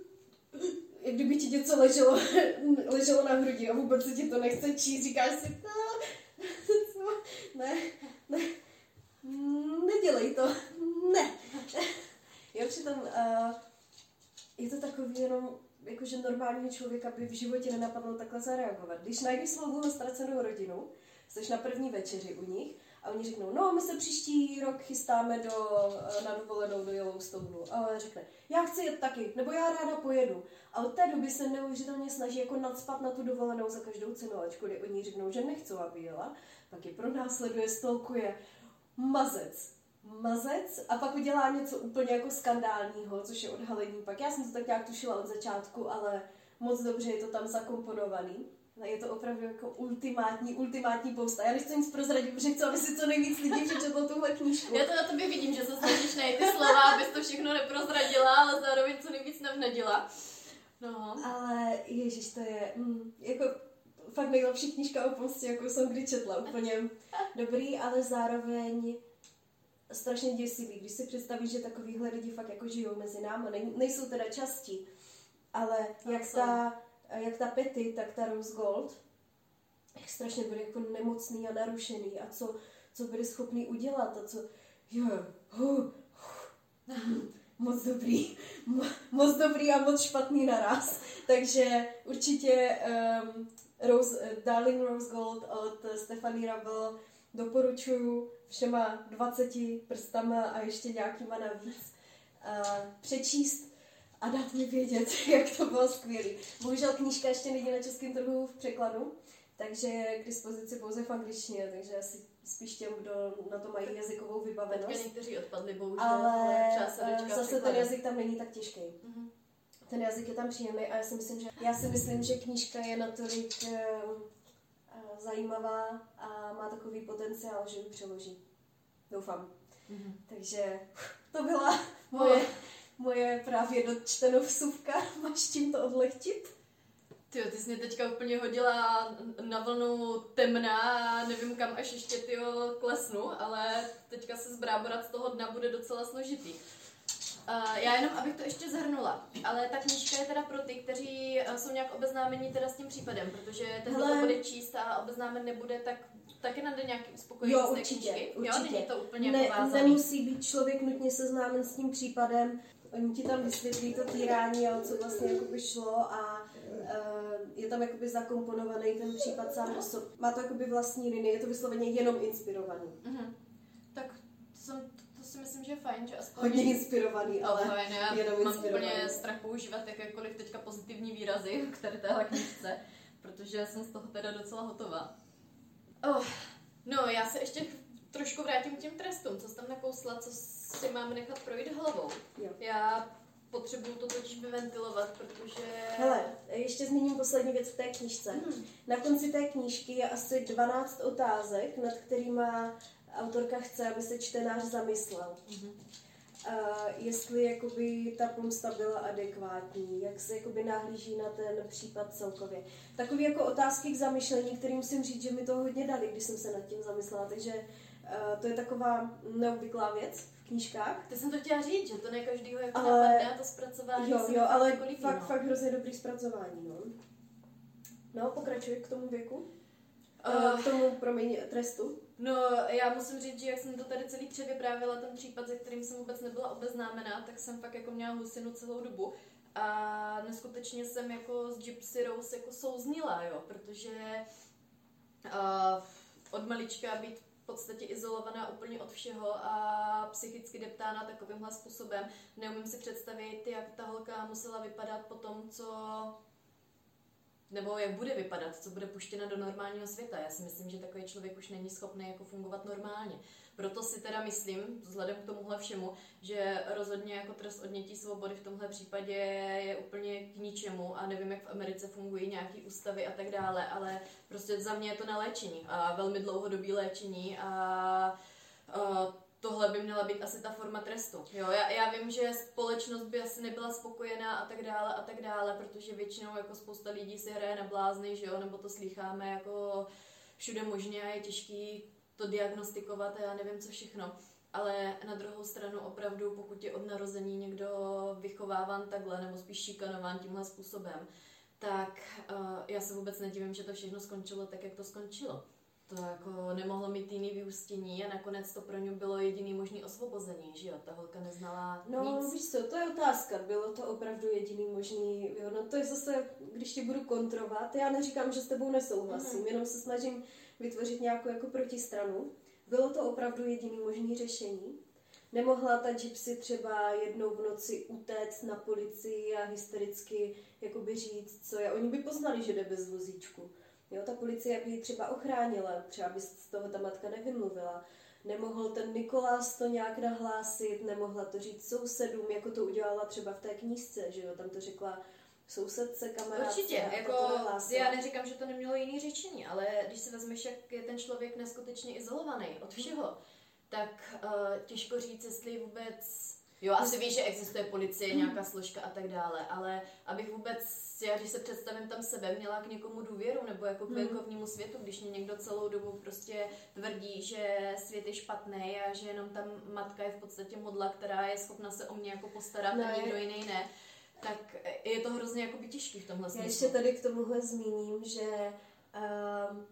jak kdyby ti něco leželo, leželo na hrudi a vůbec se ti to nechce číst, říkáš si, no, ne, ne, nedělej to, ne. Jo, přitom uh, je to takový jenom, jakože normálního člověka by v životě nenapadlo takhle zareagovat. Když najdeš svou ztracenou rodinu, jsi na první večeři u nich a oni řeknou, no my se příští rok chystáme do, na dovolenou do Yellowstoneu. A on řekne, já chci jet taky, nebo já ráda pojedu. A od té doby se neuvěřitelně snaží jako nacpat na tu dovolenou za každou cenu, ačkoliv oni řeknou, že nechcou, aby jela, pak je pronásleduje, stalkuje, mazec. mazec a pak udělá něco úplně jako skandálního, což je odhalení. Pak já jsem to tak nějak tušila od začátku, ale moc dobře je to tam zakomponovaný. Je to opravdu jako ultimátní, ultimátní pomsta. Já nechci nic prozradit, protože chci, aby si co nejvíc lidí přečetlo tuhle knížku. Já to na tobě vidím, že se snažíš najít ty slova, abys to všechno neprozradila, ale zároveň co nejvíc navnadila. No. Ale ježiš, to je mm, jako fakt nejlepší knížka o pomstě, jakou jsem kdy četla. Úplně dobrý, ale zároveň strašně děsivý, když si představíš, že takovýhle lidi fakt jako žijou mezi námi. Nej, nejsou teda častí, ale jak ta, jak ta Petty, tak ta Rose Gold, jak strašně byli jako nemocný a narušený a co, co byli schopní udělat a co, jo, hu, Moc dobrý. Mo- moc dobrý a moc špatný naraz. Takže určitě um, Rose, Darling Rose Gold od Stephanie Rebel doporučuji všema dvaceti prstama a ještě nějakýma navíc uh, přečíst a dát mi vědět, jak to bylo skvělý. Bohužel knížka ještě není na českém trhu v překladu, takže je k dispozici pouze v angličtině, takže asi spíš těm, kdo na to mají jazykovou vybavenost. Teďka někteří odpadli, bohužel, ale třeba se dočká zase překladu. ten jazyk tam není tak těžký. Mm-hmm. Ten jazyk je tam příjemný a já si myslím, že, já si myslím, že knížka je natolik uh, zajímavá a má takový potenciál, že ji přeloží. Doufám. Mm-hmm. Takže to byla moje, moje právě dočtenou vsuvka. Máš tím to odlehčit? Tyjo, ty jsi mě teďka úplně hodila na vlnu temna a nevím kam až ještě tyjo klesnu, ale teďka se zbráborat z toho dna bude docela složitý. Uh, já jenom, abych to ještě zhrnula, ale ta knížka je teda pro ty, kteří uh, jsou nějak obeznámení teda s tím případem, protože ten, kdo to bude číst a obeznámen nebude, tak taky najde nějaký uspokojivé z té knížky. Určitě. Jo, není to úplně ne, jako vázaný. Nemusí být člověk nutně seznámen s tím případem, oni ti tam vysvětlí to týrání a o co vlastně jakoby šlo a uh, je tam jakoby zakomponovaný ten případ sám o sobě. Má to jakoby vlastní linii, je to vysloveně jenom inspirovaný. Uh-huh. Tak to, jsem, to, to si myslím, že je fajn, že aspoň... Hodně inspirovaný, ale oh, fajn, já jenom mám inspirovaný. úplně strach používat jakékoliv teďka pozitivní výrazy k tady téhle knížce, protože jsem z toho teda docela hotová. Oh, no, já se ještě trošku vrátím k těm trestům, co jsi tam nakousla, co si mám nechat projít hlavou. Jo. Já potřebuju to totiž vyventilovat, protože... Hele, ještě zmíním poslední věc v té knížce. Hmm. Na konci té knížky je asi dvanáct otázek, nad kterýma autorka chce, aby se čtenář zamyslel. Hmm. Uh, jestli jakoby ta pomsta byla adekvátní, jak se jakoby nahlíží na ten případ celkově. Takové jako otázky k zamyšlení, které musím říct, že mi to hodně dali, když jsem se nad tím zamyslela, takže uh, to je taková neobvyklá věc v knížkách. To jsem to chtěla říct, že to ne každýho jako ale... napadne a to zpracování jo, se jo, ale jako líbí, fakt, no. fakt hrozně dobrý zpracování, no. No, pokračuj k tomu věku. Uh, k tomu, promiň, trestu. No, já musím říct, že jak jsem to tady celý převyprávěla, ten případ, se kterým jsem vůbec nebyla obeznámená, tak jsem fakt jako měla husinu celou dobu. A neskutečně jsem jako s Gypsy Rose jako souznila, jo, protože uh, od malička být v podstatě izolovaná úplně od všeho a psychicky deptána takovýmhle způsobem. Neumím si představit, jak ta holka musela vypadat po tom, co... nebo jak bude vypadat, co bude puštěna do normálního světa. Já si myslím, že takový člověk už není schopný jako fungovat normálně. Proto si teda myslím, vzhledem k tomuhle všemu, že rozhodně jako trest odnětí svobody v tomhle případě je úplně k ničemu a nevím, jak v Americe fungují nějaký ústavy a tak dále, ale prostě za mě je to na léčení a velmi dlouhodobý léčení a, a tohle by měla být asi ta forma trestu. Jo, já, já vím, že společnost by asi nebyla spokojená a tak dále a tak dále, protože většinou jako spousta lidí si hraje na blázny, že jo, nebo to slýcháme jako všude možně a je těžký to diagnostikovat a já nevím co všechno. Ale na druhou stranu opravdu, pokud je od narození někdo vychováván takhle, nebo spíš šikanován tímhle způsobem, tak uh, já se vůbec nedivím, že to všechno skončilo tak, jak to skončilo. To jako nemohlo mít jiný vyústění a nakonec to pro ně bylo jediný možný osvobození, že jo? Ta holka neznala no, nic. No víš co, to je otázka, bylo to opravdu jediný možný, jo, no to je zase, když tě budu kontrovat, já neříkám, že s tebou nesouhlasím, mm. jenom se snažím vytvořit nějakou jako protistranu. Bylo to opravdu jediný možný řešení. Nemohla ta Gypsy třeba jednou v noci utéct na policii a hystericky jakoby říct, co je. Oni by poznali, že jde bez vozíčku. Jo, ta policie by ji třeba ochránila, třeba by z toho ta matka nevymluvila. Nemohl ten Nikolás to nějak nahlásit, nemohla to říct sousedům, jako to udělala třeba v té knížce, že jo, tam to řekla sousedce, kamarádce. Určitě, jako já neříkám, že to nemělo jiný řešení, ale když si vezmeš, jak je ten člověk neskutečně izolovaný od všeho, tak uh, těžko říct, jestli vůbec... Jo, asi víš, že existuje policie, nějaká složka a tak dále, ale abych vůbec, já když se představím tam sebe, měla k někomu důvěru nebo jako k venkovnímu světu, když mě někdo celou dobu prostě tvrdí, že svět je špatný a že jenom tam matka je v podstatě modla, která je schopna se o mě jako postarat no, a nikdo jiný ne, tak je to hrozně jakoby těžký v tomhle smyslu. Já ještě tady k tomuhle zmíním, že um,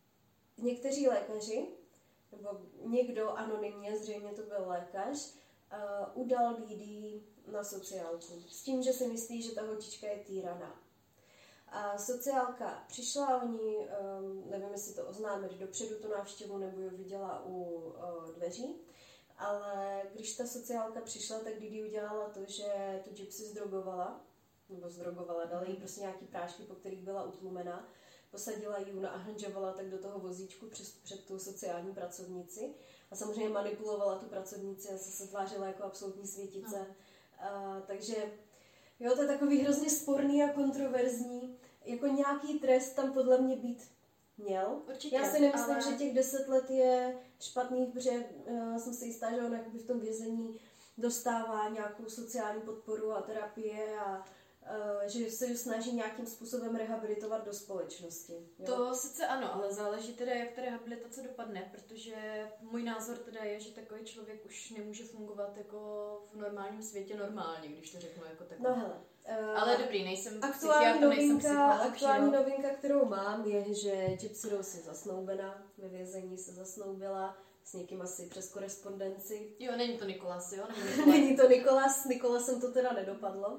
někteří lékaři, nebo někdo anonymně, zřejmě to byl lékař, uh, udal Lídii na sociálku. S tím, že si myslí, že ta holčička je týraná. A sociálka přišla, oni, um, nevím, jestli to oznámili dopředu tu návštěvu, nebo ji viděla u uh, dveří, ale když ta sociálka přišla, tak Didi udělala to, že tu gypsy zdrogovala, nebo zdrogovala, dala jí prostě nějaký prášky, po kterých byla utlumená, posadila ji, nahranžovala tak do toho vozíčku před, před tu sociální pracovnici a samozřejmě manipulovala tu pracovnici a se tvářila jako absolutní světice. No. A, takže jo, to je takový hrozně sporný a kontroverzní. Jako nějaký trest tam podle mě být měl. Určitě, já si nemyslím, ale... že těch deset let je špatných, protože uh, jsem si jistá, že on jakoby v tom vězení dostává nějakou sociální podporu a terapie a uh, že se snaží nějakým způsobem rehabilitovat do společnosti. Jo? To sice ano, ale záleží teda, jak ta rehabilitace dopadne, protože můj názor teda je, že takový člověk už nemůže fungovat jako v normálním světě normálně, když to řeknu jako takové. No hele. Uh, ale dobrý, nejsem aktuální psychiatr, novinka, nejsem psycholog, aktuální jo? novinka, kterou mám, je, že Gypsy Rose je zasnoubena, ve vězení se zasnoubila s někým asi přes korespondenci. Jo, není to Nikolas, jo? Není to Nikolas, Nikolasem to teda nedopadlo.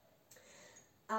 A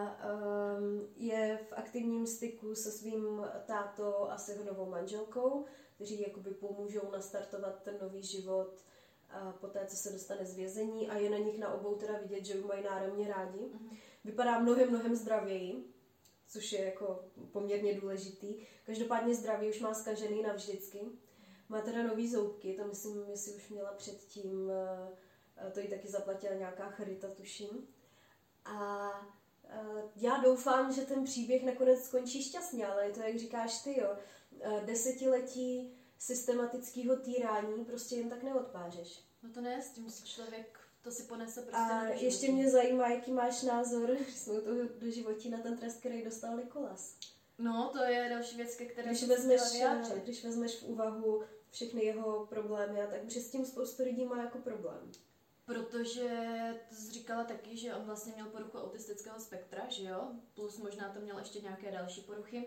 um, je v aktivním styku se svým tátou a se jeho novou manželkou, kteří jakoby pomůžou nastartovat ten nový život a poté, co se dostane z vězení, a je na nich na obou teda vidět, že mají náramně rádi. Mm-hmm. Vypadá mnohem, mnohem zdravěji, což je jako poměrně důležitý. Každopádně zdraví už má zkažený navždycky. Má teda nový zoubky, to myslím, jestli už měla předtím, to jí taky zaplatila nějaká charita, tuším. A já doufám, že ten příběh nakonec skončí šťastně, ale je to, jak říkáš ty, jo, desetiletí systematického týrání prostě jen tak neodpářeš. No to ne, s tím si člověk, to si ponese prostě. A ještě mě zajímá, jaký máš názor, když jsme u toho do životí, na ten trest, který dostal Nikolas. No, to je další věc, ke které když vezmeš, když vezmeš v úvahu všechny jeho problémy, a tak, protože s tím spoustu lidí má jako problém. Protože to jsi říkala taky, že on vlastně měl poruchu autistického spektra, že jo? Plus možná to měl ještě nějaké další poruchy.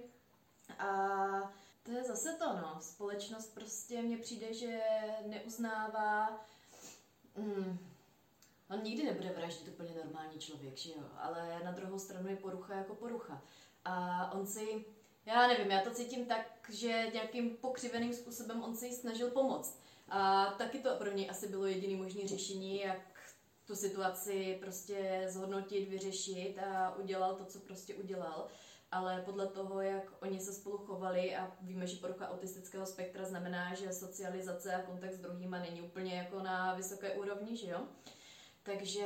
A to je zase to, no. Společnost prostě mně přijde, že neuznává... Hmm. On nikdy nebude vraždit úplně normální člověk, že jo? Ale na druhou stranu je porucha jako porucha. A on si... Já nevím, já to cítím tak, že nějakým pokřiveným způsobem on si jí snažil pomoct. A taky to pro něj asi bylo jediné možné řešení, jak tu situaci prostě zhodnotit, vyřešit, a udělal to, co prostě udělal. Ale podle toho, jak oni se spolu chovali, a víme, že porucha autistického spektra znamená, že socializace a kontakt s druhýma není úplně jako na vysoké úrovni, že jo? Takže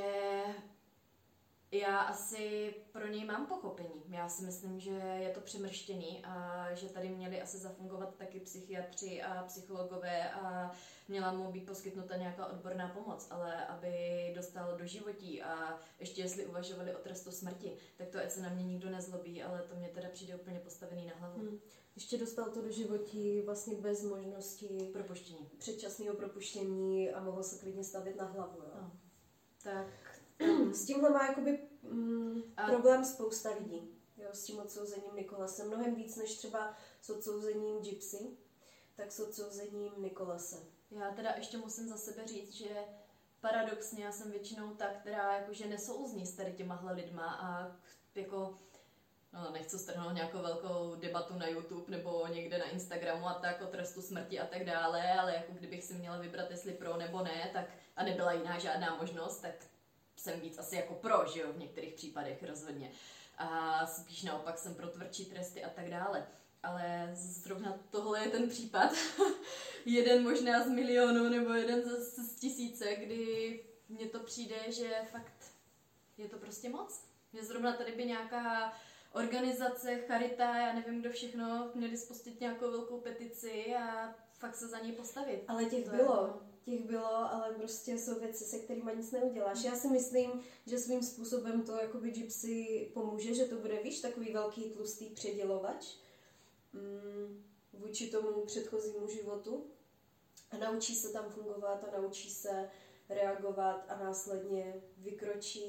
já asi pro něj mám pochopení. Já si myslím, že je to přemrštěný a že tady měli asi zafungovat taky psychiatři a psychologové a měla mu být poskytnuta nějaká odborná pomoc, ale aby dostal do životí a ještě jestli uvažovali o trestu smrti, tak to ať se na mě nikdo nezlobí, ale to mě teda přijde úplně postavený na hlavu. Hmm. Ještě dostal to do životí vlastně bez možnosti propuštění. Předčasného propuštění a mohl se klidně stavit na hlavu. Jo? No. Tak s tímhle má jakoby mm, a... problém spousta lidí. Jo, s tím odsouzením Nikolase. Mnohem víc než třeba s odsouzením Gypsy, tak s odsouzením Nikolase. Já teda ještě musím za sebe říct, že paradoxně já jsem většinou ta, která jakože nesouzní s tady těmahle lidma a jako, no nechci strhnout nějakou velkou debatu na YouTube nebo někde na Instagramu a tak o trestu smrti a tak dále, ale jako kdybych si měla vybrat, jestli pro nebo ne, tak a nebyla jiná žádná možnost, tak jsem víc asi jako pro, že jo, v některých případech rozhodně. A spíš naopak jsem pro tvrdší tresty a tak dále. Ale zrovna tohle je ten případ. jeden možná z milionů nebo jeden z, z tisíce, kdy mně to přijde, že fakt je to prostě moc. Že zrovna tady by nějaká organizace, charita, já nevím kdo všechno, měli spustit nějakou velkou petici a fakt se za ní postavit. Ale těch to bylo. Je... Těch bylo, ale prostě jsou věci, se kterými nic neuděláš. Já si myslím, že svým způsobem to jakoby Gypsy pomůže, že to bude, víš, takový velký tlustý předělovač mm, vůči tomu předchozímu životu. A naučí se tam fungovat a naučí se reagovat a následně vykročí,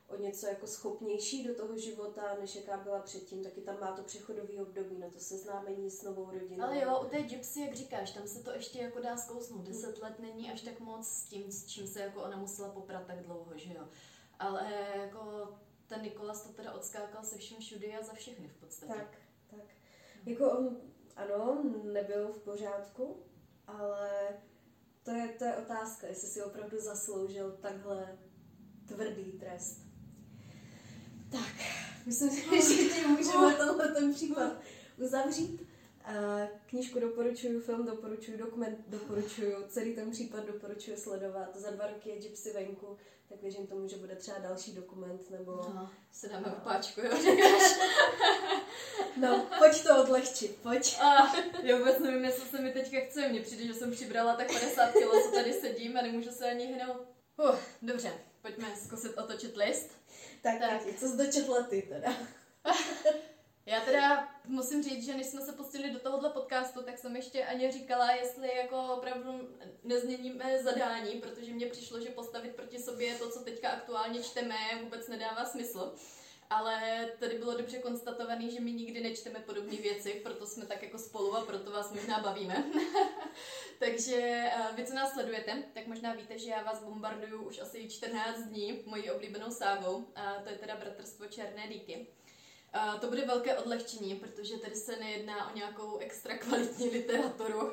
o něco jako schopnější do toho života, než jaká byla předtím, taky tam má to přechodový období na to seznámení s novou rodinou. Ale jo, u té Gypsy, jak říkáš, tam se to ještě jako dá zkousnout. Deset let není až tak moc s tím, s čím se jako ona musela poprat tak dlouho, že jo. Ale jako ten Nikolas to teda odskákal se vším všudy a za všechny v podstatě. Tak, tak. Jako on, ano, nebyl v pořádku, ale to je, to je otázka, jestli si opravdu zasloužil takhle tvrdý trest. Tak, myslím si, že tím můžeme tenhle ten případ uzavřít. Knížku doporučuju, film doporučuju, dokument doporučuju, celý ten případ doporučuju sledovat. Za dva roky je Gypsy venku, tak věřím tomu, že bude třeba další dokument, nebo... No, se dáme no. Upáčku, jo, No, pojď to odlehčit, pojď. A, já vůbec nevím, jestli se mi teďka chce. Mně přijde, že jsem přibrala tak padesát kilo, co tady sedím a nemůžu se ani hnout. Uh, dobře, pojďme zkusit otočit list. Tak, tak. Co jsi dočetla ty teda? Já teda musím říct, že než jsme se pustili do tohohle podcastu, tak jsem ještě ani říkala, jestli jako opravdu nezměníme zadání, protože mně přišlo, že postavit proti sobě to, co teďka aktuálně čteme, vůbec nedává smysl. Ale tady bylo dobře konstatované, že my nikdy nečteme podobné věci, proto jsme tak jako spolu a proto vás možná bavíme. Takže vy, co nás sledujete, tak možná víte, že já vás bombarduju už asi čtrnáct dní mojí oblíbenou ságou, a to je teda Bratrstvo Černé dýky. A to bude velké odlehčení, protože tady se nejedná o nějakou extra kvalitní literaturu.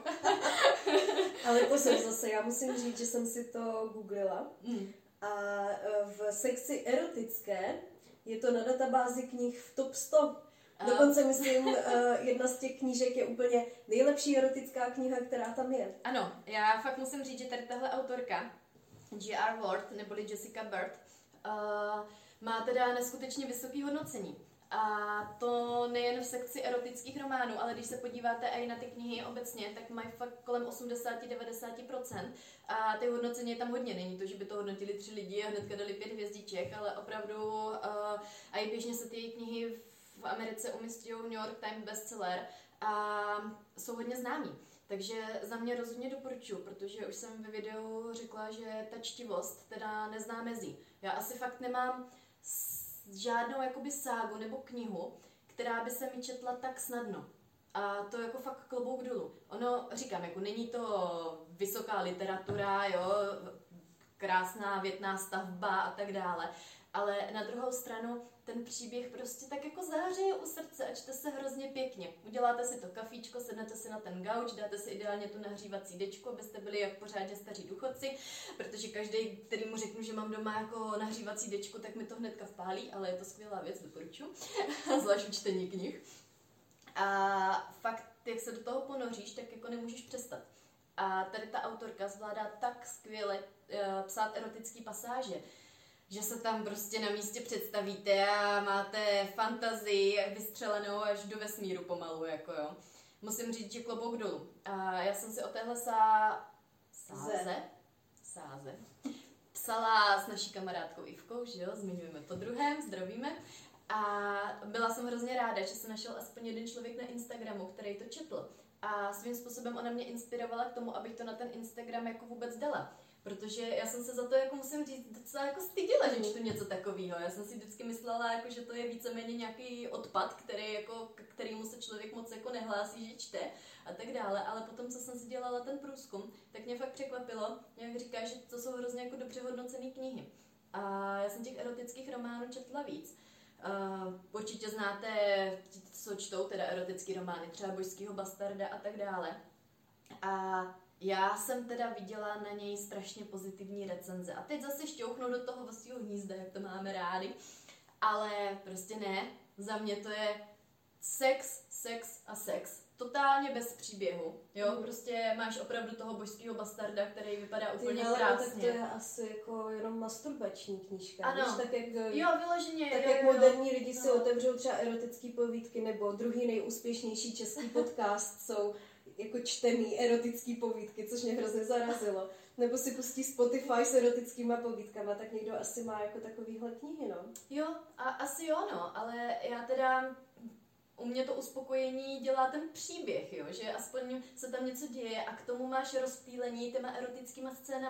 Ale pozor zase, já musím říct, že jsem si to googlila mm. a v sekci erotické je to na databázi knih v top sto. Dokonce myslím, jedna z těch knížek je úplně nejlepší erotická kniha, která tam je. Ano, já fakt musím říct, že tady tahle autorka, G R Ward, neboli Jessica Bird, uh, má teda neskutečně vysoké hodnocení. A to nejen v sekci erotických románů, ale když se podíváte i na ty knihy obecně, tak mají fakt kolem osmdesát až devadesát procent. A ty hodnocení je tam hodně. Není to, že by to hodnotili tři lidi a hnedka dali pět hvězdiček, ale opravdu uh, a i běžně se ty knihy v Americe umístějí New York Times bestseller a jsou hodně známí. Takže za mě rozhodně doporučuji, protože už jsem ve videu řekla, že ta čtivost teda nezná mezí. Já asi fakt nemám žádnou jakoby ságu nebo knihu, která by se mi četla tak snadno. A to jako fakt klobouk dolů. Ono, říkám, jako není to vysoká literatura, jo, krásná větná stavba a tak dále, ale na druhou stranu ten příběh prostě tak jako zářeje u srdce a čte se hrozně pěkně. Uděláte si to kafíčko, sednete si na ten gauč, dáte si ideálně tu nahřívací dečku, abyste byli jak pořádně staří důchodci, protože každý, který mu řeknu, že mám doma jako nahřívací dečku, tak mi to hnedka vpálí, ale je to skvělá věc, doporučuji, zvlášť u čtení knih. A fakt, jak se do toho ponoříš, tak jako nemůžeš přestat. A tady ta autorka zvládá tak skvěle uh, psát erotický pasáže, že se tam prostě na místě představíte a máte fantazii vystřelenou až do vesmíru pomalu, jako jo. Musím říct, že klobouk dolů. A já jsem si o téhle sá... sáze, sáze psala s naší kamarádkou Ivkou, že jo, zmiňujeme to druhém, zdravíme. A byla jsem hrozně ráda, že se našel aspoň jeden člověk na Instagramu, který to četl. A svým způsobem ona mě inspirovala k tomu, abych to na ten Instagram jako vůbec dala. Protože já jsem se za to, jako musím říct, docela jako stydila, že čtu něco takového. Já jsem si vždycky myslela, jako, že to je víceméně nějaký odpad, který, jako, k kterému se člověk moc jako nehlásí, že čte a tak dále. Ale potom, co jsem si dělala ten průzkum, tak mě fakt překvapilo, jak říká, že to jsou hrozně jako dobře hodnocené knihy. A já jsem těch erotických románů četla víc. Uh, určitě znáte, co čtou teda erotický romány, třeba Božskýho bastarda a tak dále. A já jsem teda viděla na něj strašně pozitivní recenze. A teď zase šťouchnu do toho vlastního hnízda, jak to máme rádi. Ale prostě ne. Za mě to je sex, sex a sex. Totálně bez příběhu. Jo, mm. prostě máš opravdu toho Božskýho bastarda, který vypadá Ty úplně hele, krásně. Tak to je asi jako jenom masturbační knížka. Ano. Víš, tak jak, jo, vyloženě. tak jo, jak jo, moderní lidi no. si otevřou třeba erotický povídky, nebo druhý nejúspěšnější český podcast jsou jako čtený erotický povídky, což mě hrozně zarazilo. Nebo si pustí Spotify s erotickýma povídkama, tak někdo asi má jako takovýhle knihy, no. Jo, a asi jo, no, ale já teda, u mě to uspokojení dělá ten příběh, jo, že aspoň se tam něco děje a k tomu máš rozptýlení těma erotickýma scénama.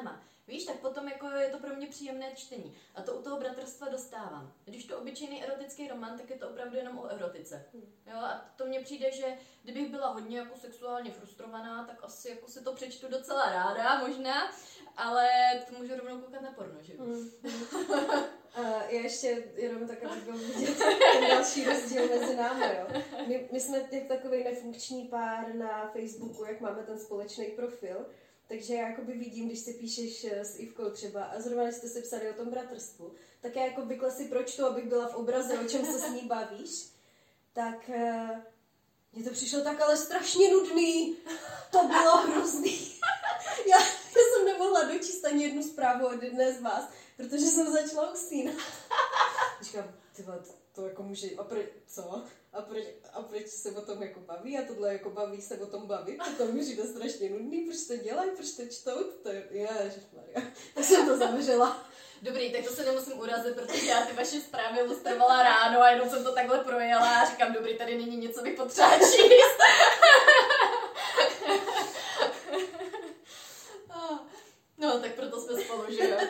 víš, tak potom jako je to pro mě příjemné čtení. A to u toho bratrstva dostávám. Když to obyčejný erotický román, tak je to opravdu jenom o erotice. Jo, a to mně přijde, že kdybych byla hodně jako sexuálně frustrovaná, tak asi jako si to přečtu docela ráda, možná, ale to můžu rovnou koukat na porno, že jo? Mm. A já ještě jenom tak, aby byl vidět ten další rozdíl mezi námi, jo. My, my jsme jak takový nefunkční pár na Facebooku, jak máme ten společný profil, takže já jakoby vidím, když si píšeš s Ivkou třeba a zrovna jste si psali o tom bratrstvu, tak já jako obvykle si pročtu, abych byla v obraze, o čem se s ní bavíš, tak uh, mně to přišlo tak ale strašně nudný, to bylo hrozný. Já, já jsem nemohla dočíst ani jednu zprávu od jedné z vás, protože jsem začala usínat. Říkám, tyhle, to, to jako může, a proč, co? A proč, a proč se o tom jako baví? A tohle jako baví se o tom bavit? A to mi přijde strašně nudný, proč to dělají, proč to čtou? To je, ježišmarja. Tak jsem to zavřela. Dobrý, tak to se nemusím urazit, protože já ty vaše zprávy lustrovala ráno a jenom jsem to takhle projela a říkám, dobrý, tady není něco, bych potřeba číst. No, tak proto jsme spolu, že jo?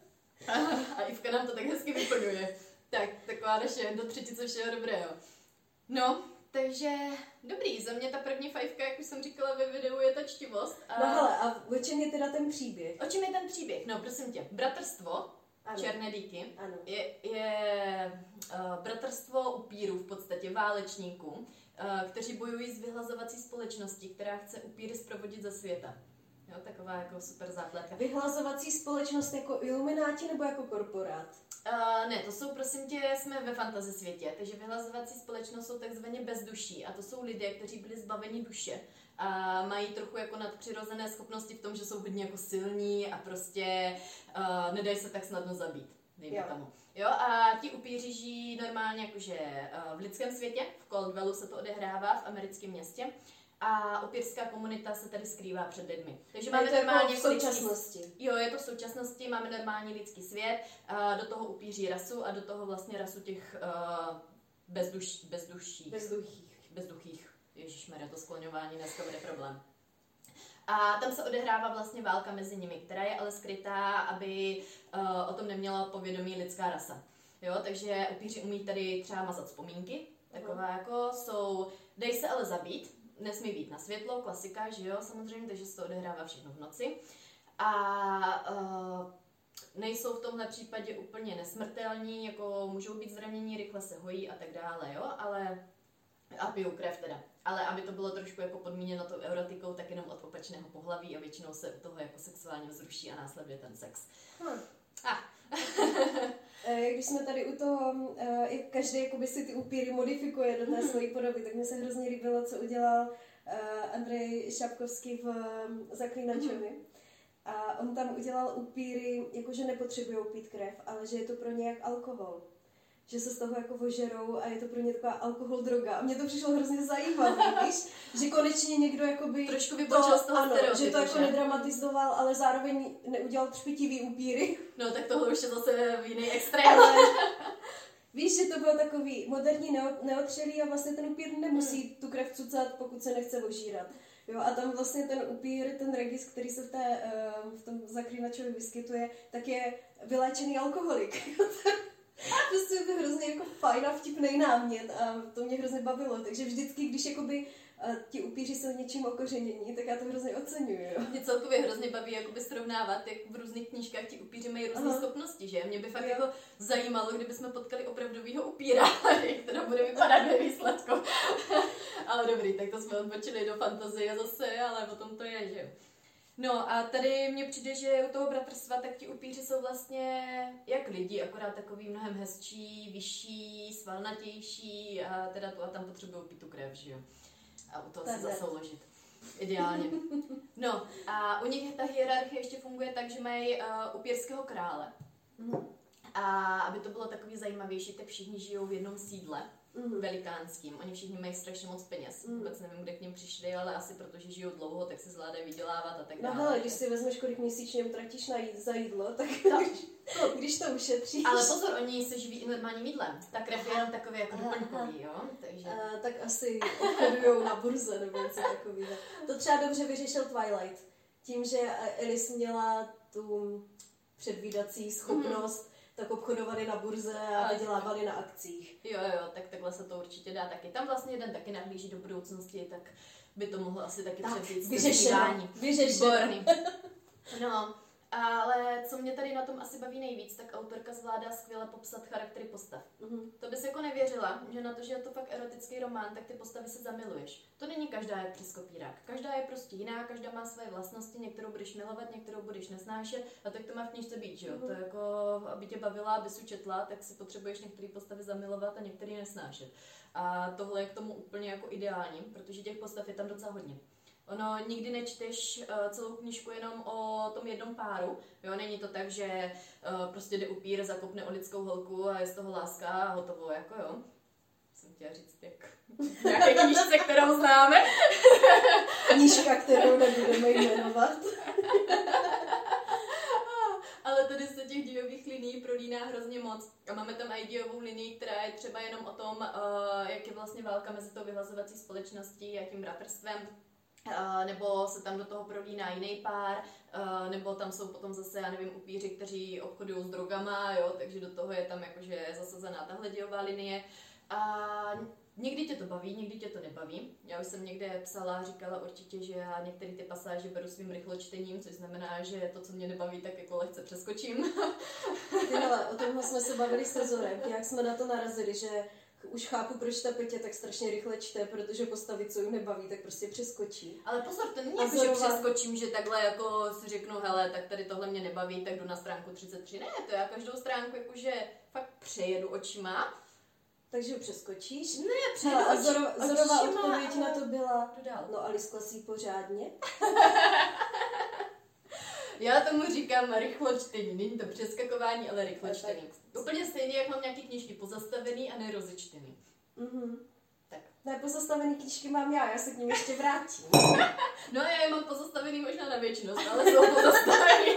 A Ivka nám to tak hezky vyplňuje. Tak, taková naše do třetice všeho dobrého. No, takže dobrý, za mě ta první fajfka, jak už jsem říkala ve videu, je ta čtivost. A... No hele, a o čem je teda ten příběh? O čem je ten příběh? No, prosím tě, bratrstvo, ano. Černé díky, ano. je, je uh, bratrstvo upírů, v podstatě válečníků, uh, kteří bojují s vyhlazovací společností, která chce upíry zprovodit ze světa. Jo, taková jako super zápletka. Vyhlazovací společnost jako ilumináti nebo jako korporát? Uh, ne, to jsou, prosím tě, jsme ve fantasy světě, takže vyhlazovací společnost jsou takzvaně bezduší a to jsou lidé, kteří byli zbaveni duše a mají trochu jako nadpřirozené schopnosti v tom, že jsou hodně jako silní a prostě uh, nedají se tak snadno zabít, dejme tomu. Jo, a ti upíři žijí normálně jakože uh, v lidském světě, v Coldwellu se to odehrává v americkém městě. A upírská komunita se tady skrývá před lidmi. Takže máme normálně jako v současnosti. Lidský, jo, je to v současnosti, máme normální lidský svět, a do toho upíří rasu a do toho vlastně rasu těch uh, bezduš, bezduších. Bezduchých. Bezduchých. Ježišmarja, to skloňování dneska bude problém. A tam se odehrává vlastně válka mezi nimi, která je ale skrytá, aby uh, o tom neměla povědomí lidská rasa. Jo, takže upíři umí tady třeba mazat vzpomínky, taková jako jsou, dají se ale zabít, nesmí být na světlo, klasika, že jo, samozřejmě, takže se to odehrává všechno v noci. A uh, nejsou v tomhle případě úplně nesmrtelní, jako můžou být zranění, rychle se hojí a tak dále, jo, ale a pijou krev teda. Ale aby to bylo trošku jako podmíněno tou erotikou, tak jenom od opačného pohlaví a většinou se u toho jako sexuálně vzruší a následuje ten sex. Hm. Ah. Když jsme tady u toho, jak každý jakoby si ty upíry modifikuje do té své podoby, tak mi se hrozně líbilo, co udělal Andrej Šapkovský v Zaklínačovi. A on tam udělal upíry, jakože nepotřebují pít krev, ale že je to pro ně jak alkohol. Že se z toho jako ožerou a je to pro ně taková alkohol, droga. A mně to přišlo hrozně zajímavé, víš? Že konečně někdo jakoby... Trošku vybočil z toho ano, stereotypu, že to jako nedramatizoval, ale zároveň neudělal třpitivý upíry. No tak tohle už je zase v jiný extrém. Ale víš, že to bylo takový moderní, neo, neotřelý a vlastně ten upír nemusí hmm. tu krev cucat, pokud se nechce ožírat. Jo, a tam vlastně ten upír, ten regis, který se v, té, v tom Zaklínačovi vyskytuje, tak je vyléčený alkoholik. Prostě je to hrozně jako fajn a vtipnej námět a to mě hrozně bavilo. Takže vždycky, když jakoby uh, ti upíři jsou něčím okořenění, tak já to hrozně oceňuji. Jo. Mě celkově hrozně baví jakoby srovnávat, jak v různých knížkách ti upíři mají různé Aha. schopnosti, že? Mě by fakt jo. jako zajímalo, kdyby jsme potkali opravdovýho upíra, jak to bude vypadat ve výsledku. Ale dobrý, tak to jsme odbočili do fantazie zase, ale o tom to je, že jo. No a tady mně přijde, že u toho bratrstva tak ti upíři jsou vlastně jak lidi, akorát takový mnohem hezčí, vyšší, svalnatější a teda tu a tam potřebují pít tu krev, že jo. A u toho se zasouložit. Ideálně. No a u nich ta hierarchie ještě funguje tak, že mají uh, upírského krále. Mm. A aby to bylo takový zajímavější, tak všichni žijou v jednom sídle. Mm. Velikánským. Oni všichni mají strašně moc peněz. Mm. Vůbec nevím, kde k ním přišli, ale asi protože žijou dlouho, tak si zvládají vydělávat a tak dále. No hele, když si vezmeš, kolik měsíčně utratíš na jíd, za jídlo, tak no. když to ušetříš. Ale pozor, oni se živí i normálním jídlem. Ta krev je jenom takový jako doplňkový, jo? Takže... A, tak asi obchodujou na burze nebo něco takového. To třeba dobře vyřešil Twilight. Tím, že Alice měla tu předvídací schopnost, mm. tak obchodovali na burze a vydělávali na akcích. Jo, jo, tak takhle se to určitě dá taky. Tam vlastně jeden taky nahlíží do budoucnosti, tak by to mohlo asi taky tak, převzít vyřešeno, vyřešeno. No, ale co mě tady na tom asi baví nejvíc, tak autorka zvládá skvěle popsat charaktery postav. Mm-hmm. To bys jako nevěřila, že na to, že je to fakt erotický román, tak ty postavy se zamiluješ. To není každá jak přes kopírák. Každá je prostě jiná, každá má své vlastnosti, některou budeš milovat, některou budeš nesnášet a tak to má v knížce být, že jo? Mm-hmm. To jako, aby tě bavila, aby si četla, tak si potřebuješ některé postavy zamilovat a některé nesnášet. A tohle je k tomu úplně jako ideální, protože těch postav je tam docela hodně. Ono nikdy nečteš uh, celou knížku jenom o tom jednom páru, jo, není to tak, že uh, prostě jde upír, zakopne o lidskou holku a je z toho láska a hotovo, jako jo. Jsem chtěla říct, jak nějaké knížce, kterou známe. Knížka, kterou nebudeme jmenovat. Ale tady se těch dějových linií prolíná hrozně moc. A máme tam i dějovou linii, která je třeba jenom o tom, uh, jak je vlastně válka mezi tou vyhlazovací společností a tím bratrstvem. Uh, nebo se tam do toho prolíná jiný pár, uh, nebo tam jsou potom zase, já nevím, upíři, kteří obchodují s drogama, jo, takže do toho je tam jakože zasazená tahle dějová linie. A někdy tě to baví, někdy tě to nebaví. Já už jsem někde psala, říkala určitě, že já některé ty pasáže beru svým rychločtením, což znamená, že to, co mě nebaví, tak jako lehce přeskočím. Ty hele, o tomhle jsme se bavili s Tezorem, jak jsme na to narazili, že už chápu, proč ta Petě tak strašně rychle čte, protože postavy, co jí nebaví, tak prostě přeskočí. Ale pozor, to není jako, že přeskočím, že takhle jako si řeknu, hele, tak tady tohle mě nebaví, tak jdu na stránku třicet tři. Ne, to já každou stránku jakože fakt přejedu očima. Takže přeskočíš? Ne, přejedu hele, a oči, Zoro, Zorová očima, odpověď ale... na to byla, Dodal. no a liskla si pořádně. Já tomu říkám rychločtení, není to přeskakování, ale rychločtení. Úplně stejně, jak mám nějaký knížky pozastavený a nerozečtený. Mhm. Tak. Ne, pozastavený knížky mám já, já se k ním ještě vrátím. No já je mám pozastavený možná na věčnost, ale jsou pozastavený.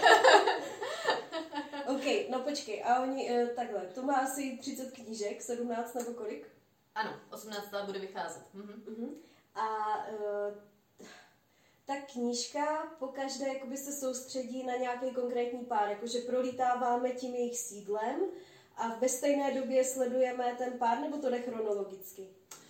OK, no počkej, a oni uh, takhle, to má asi třicet knížek, sedmnáct nebo kolik? Ano, osmnáctá bude vycházet. Mhm. Uh-huh. A uh, ta knížka pokaždé jakoby se soustředí na nějaký konkrétní pár, jakože prolítáváme tím jejich sídlem a ve stejné době sledujeme ten pár, nebo to jde chronologicky?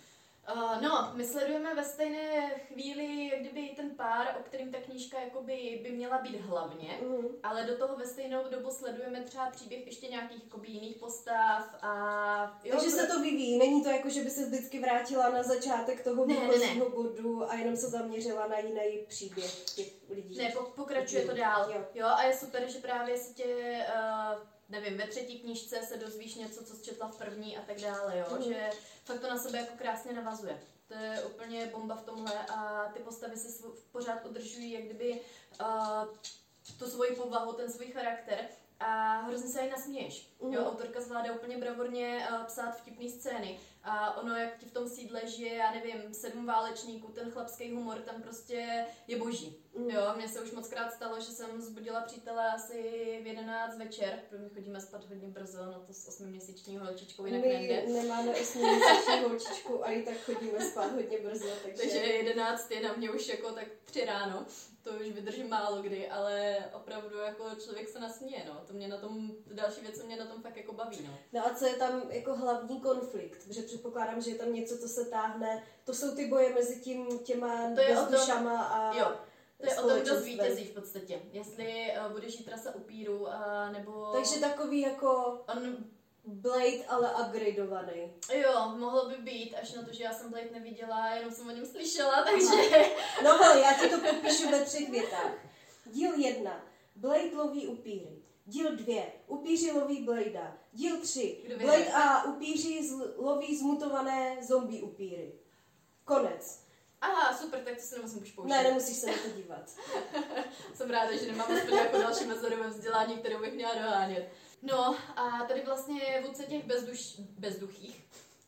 Uh, no, my sledujeme ve stejné chvíli, jak kdyby ten pár, o kterým ta knížka jakoby by měla být hlavně, mm. ale do toho ve stejnou dobu sledujeme třeba příběh ještě nějakých jakoby jiných postav a... Jo, takže se to vyvíjí, není to jako, že by se vždycky vrátila na začátek toho výchozího bodu a jenom se zaměřila na jiný příběh těch lidí. Ne, pokračuje to dál. Jo. jo, a je super, že právě si tě... Uh, nevím, ve třetí knížce se dozvíš něco, co jsi četla v první a tak dále, jo, mm. že fakt to na sebe jako krásně navazuje. To je úplně bomba v tomhle a ty postavy si pořád udržují jak kdyby uh, tu svoji povahu, ten svůj charakter a hrozně se aj nasměješ. Mm. Jo, autorka zvládá úplně bravurně uh, psát vtipný scény a ono, jak ti v tom sídle žije, já nevím, sedm válečníků, ten chlapský humor tam prostě je boží. Mm. Jo, mně se už moc krát stalo, že jsem vzbudila přítele asi v jedenáct večer, protože my chodíme spát hodně brzo, no to s osmiměsíční holčičkou jinak nejde. My nemáme osmiměsíční holčičku a i tak chodíme spát hodně brzo, takže... Takže jedenáct je na mě už jako tak tři ráno, to už vydržím málo kdy, ale opravdu jako člověk se nasměje, no, to mě na tom, další věc, co mě na tom fakt jako baví, no. No a co je tam jako hlavní konflikt, protože předpokládám, že je tam něco, co se táhne, to jsou ty boje mezi tím těma bezdušama a... Jo. To je o tom, kdo zvítězí v podstatě. Jestli uh, budeš jít rasa upíru, a nebo... Takže takový jako On... Blade, ale upgradeovaný. Jo, mohlo by být, až na to, že já jsem Blade neviděla, jenom jsem o něm slyšela, takže... No hele, já ti to popíšu ve třech větách. Díl jedna. Blade loví upíry. Díl dvě. Upíři loví Bladea. Díl tři. Blade a upíři zl- loví zmutované zombie upíry. Konec. Aha, super, tak to se nemusím už pouštět. Ne, nemusíš se na to dívat. Jsem ráda, že nemám aspoň jako další mezeru ve vzdělání, kterou bych měla dohánět. No a tady vlastně je vůdce těch bezduš, bezduchých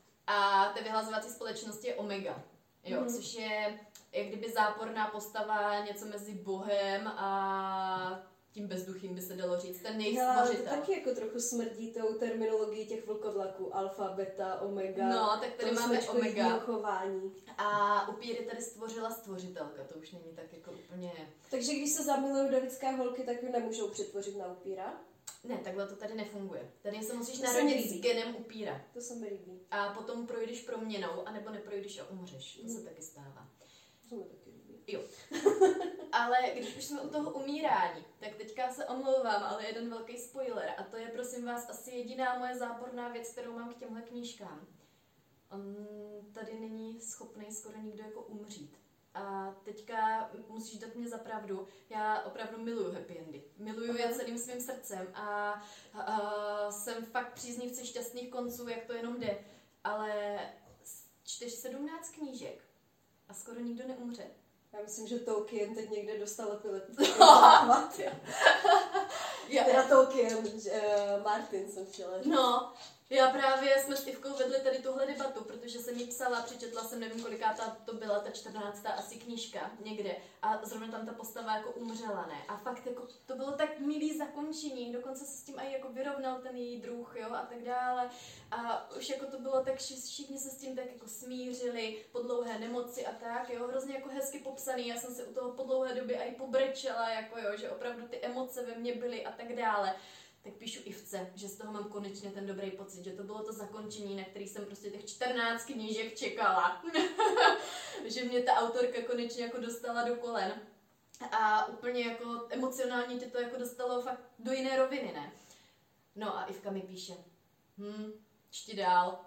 a té vyhlazovací společnosti je Omega, jo, mm. což je jak kdyby záporná postava, něco mezi Bohem a tím bezduchým by se dalo říct, ten jejich Hele, ale to stvořitel. taky jako trochu smrdí tou terminologií těch vlkodlaků, alfa, beta, omega. No, tak tady to máme smečkový omega. chování. A upíry tady stvořila stvořitelka, to už není tak jako úplně... Takže když se zamilují do lidské holky, tak ji nemůžou přetvořit na upíra? Ne, takhle to tady nefunguje. Tady se musíš To se mi narodit s líbí. genem upíra. To se mi líbí. A potom projdeš proměnou, anebo neprojdeš a umřeš. To se taky stává. To se mi taky líbí. Jo. Ale když už jsme u toho umírání, tak teďka se omlouvám, ale jeden velký spoiler. A to je, prosím vás, asi jediná moje záporná věc, kterou mám k těmhle knížkám. On tady není schopný skoro nikdo jako umřít. A teďka musíš dát mě za pravdu. Já opravdu miluju happy endy. Miluju je celým svým srdcem a, a, a jsem fakt příznivce šťastných konců, jak to jenom jde. Ale čteš sedmnáct knížek a skoro nikdo neumře. Já myslím, že Tolkien teď někde dostal epileptický No. záchvat. Já, Teda Tolkien, uh, Martin jsem chtěla říct. no, já právě jsme s Ivkou vedli tady tuhle debatu, protože jsem jí psala, přečetla jsem, nevím kolikátá to byla, ta čtrnáctá asi knížka někde a zrovna tam ta postava jako umřela, ne? A fakt jako to bylo tak milý zakončení, dokonce se s tím i jako vyrovnal ten její druh, jo, a tak dále. A už jako to bylo tak, že všichni se s tím tak jako smířili po dlouhé nemoci a tak, jo, hrozně jako hezky popsaný, já jsem se u toho po dlouhé době i pobrečela, jako jo, že opravdu ty emoce ve mně byly a tak dále. Tak píšu Ivce, že z toho mám konečně ten dobrý pocit, že to bylo to zakončení, na který jsem prostě těch čtrnáct knížek čekala. Že mě ta autorka konečně jako dostala do kolen. A úplně jako emocionálně tě to jako dostalo fakt do jiné roviny, ne? No a Ivka mi píše, hm, čti dál.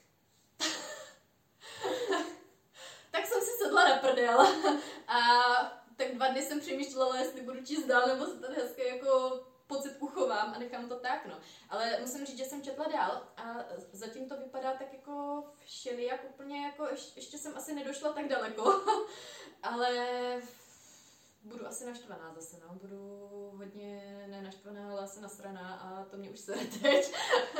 Tak jsem si sedla na prdel a tak dva dny jsem přemýšlela, jestli budu číst dál, nebo se ten hezky jako pocit uchovám a nechám to tak, no. Ale musím říct, že jsem četla dál a zatím to vypadá tak jako všelijak úplně jako, ještě, ještě jsem asi nedošla tak daleko, ale budu asi naštvaná zase, no. Budu hodně, ne naštvaná, ale asi nasraná a to mě už sere teď.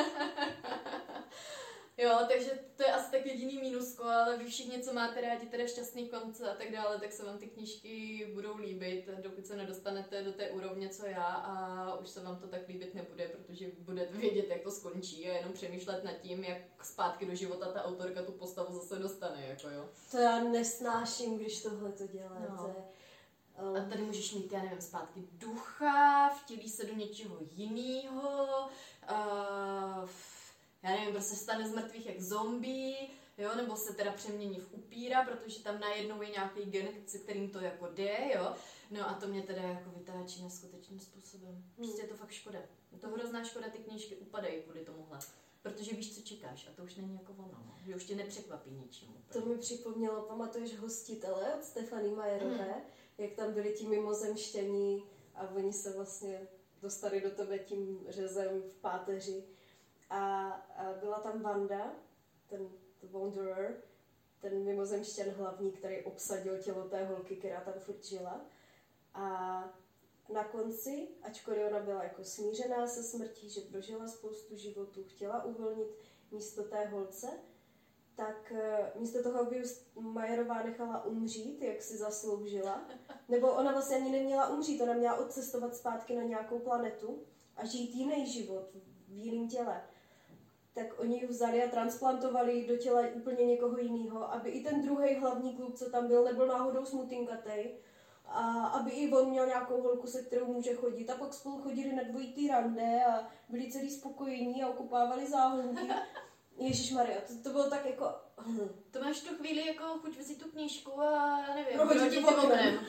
Jo, takže to je asi tak jediný mínusko, ale vy všichni, co máte rádi teda šťastný konce a tak dále, tak se vám ty knížky budou líbit, dokud se nedostanete do té úrovně, co já, a už se vám to tak líbit nebude, protože budete vědět, jak to skončí a jenom přemýšlet nad tím, jak zpátky do života ta autorka tu postavu zase dostane, jako jo. To já nesnáším, když tohle to děláte. No. Um, A tady můžeš mít, já nevím, zpátky ducha, vtělí se do něčeho jiného, uh, já nevím, prostě stane z mrtvých jak zombie, jo, nebo se teda přemění v upíra, protože tam najednou je nějaký gen, se kterým to jako jde, jo. No a to mě teda jako vytáčí neskutečným způsobem. Prostě je to fakt škoda. Je to hrozná škoda, ty knížky upadají kvůli tomuhle. Protože víš, co čekáš a to už není jako ono, no. Že už tě nepřekvapí ničím. To mi připomnělo, pamatuješ Hostitele od Stefany Mayerové, mm. jak tam byli ti mimozemštění a oni se vlastně dostali do tebe tím řezem v páteři. A, a byla tam Wanda, ten Wanderer, ten mimozemšťan hlavní, který obsadil tělo té holky, která tam furt žila. A na konci, ačkoliv ona byla jako smířená se smrtí, že prožila spoustu životů, chtěla uvolnit místo té holce, tak místo toho, aby Majerová nechala umřít, jak si zasloužila, nebo ona vlastně ani neměla umřít, ona měla odcestovat zpátky na nějakou planetu a žít jiný život v jiném těle. Tak oni ji vzali a transplantovali do těla úplně někoho jiného, aby i ten druhý hlavní kluk, co tam byl, nebyl náhodou smutinkatej, a aby i on měl nějakou holku, se kterou může chodit. A pak spolu chodili na dvojitý rande a byli celý spokojení a okupávali záhonky. Ježišmarja, to, to bylo tak jako... Hm. To máš tu chvíli jako chuť vzít tu knížku a nevím, Prohodit hodit oknem. oknem.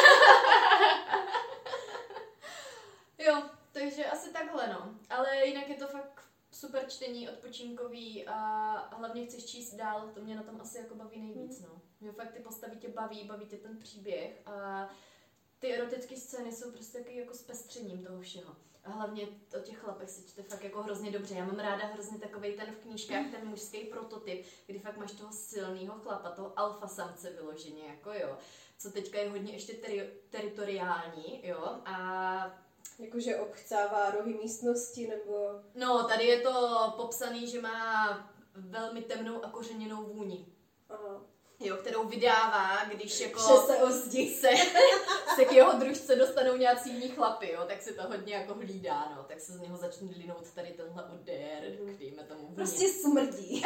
Jo, takže asi takhle, no. Ale jinak je to fakt super čtení, odpočinkový a hlavně chceš číst dál, to mě na tom asi jako baví nejvíc, no. Že fakt ty postavy tě baví, baví tě ten příběh a ty erotické scény jsou prostě taky jako zpestřením toho všeho. A hlavně o těch chlapech se čte fakt jako hrozně dobře. Já mám ráda hrozně takovej ten v knížkách, ten mužský prototyp, kdy fakt máš toho silného chlapa, toho alfa samce vyloženě, jako jo. Co teďka je hodně ještě teri- teritoriální, jo, a Jakože obchcává rohy místnosti, nebo... no, tady je to popsaný, že má velmi temnou a kořeněnou vůni. Aha. jo, kterou vydává, když jako se ozdí. Se, se k jeho družce dostanou nějací jiní chlapy, jo, tak si to hodně jako hlídá, no, tak se z něho začne linout tady tenhle odér, dejme tomu vůni. Prostě smrdí.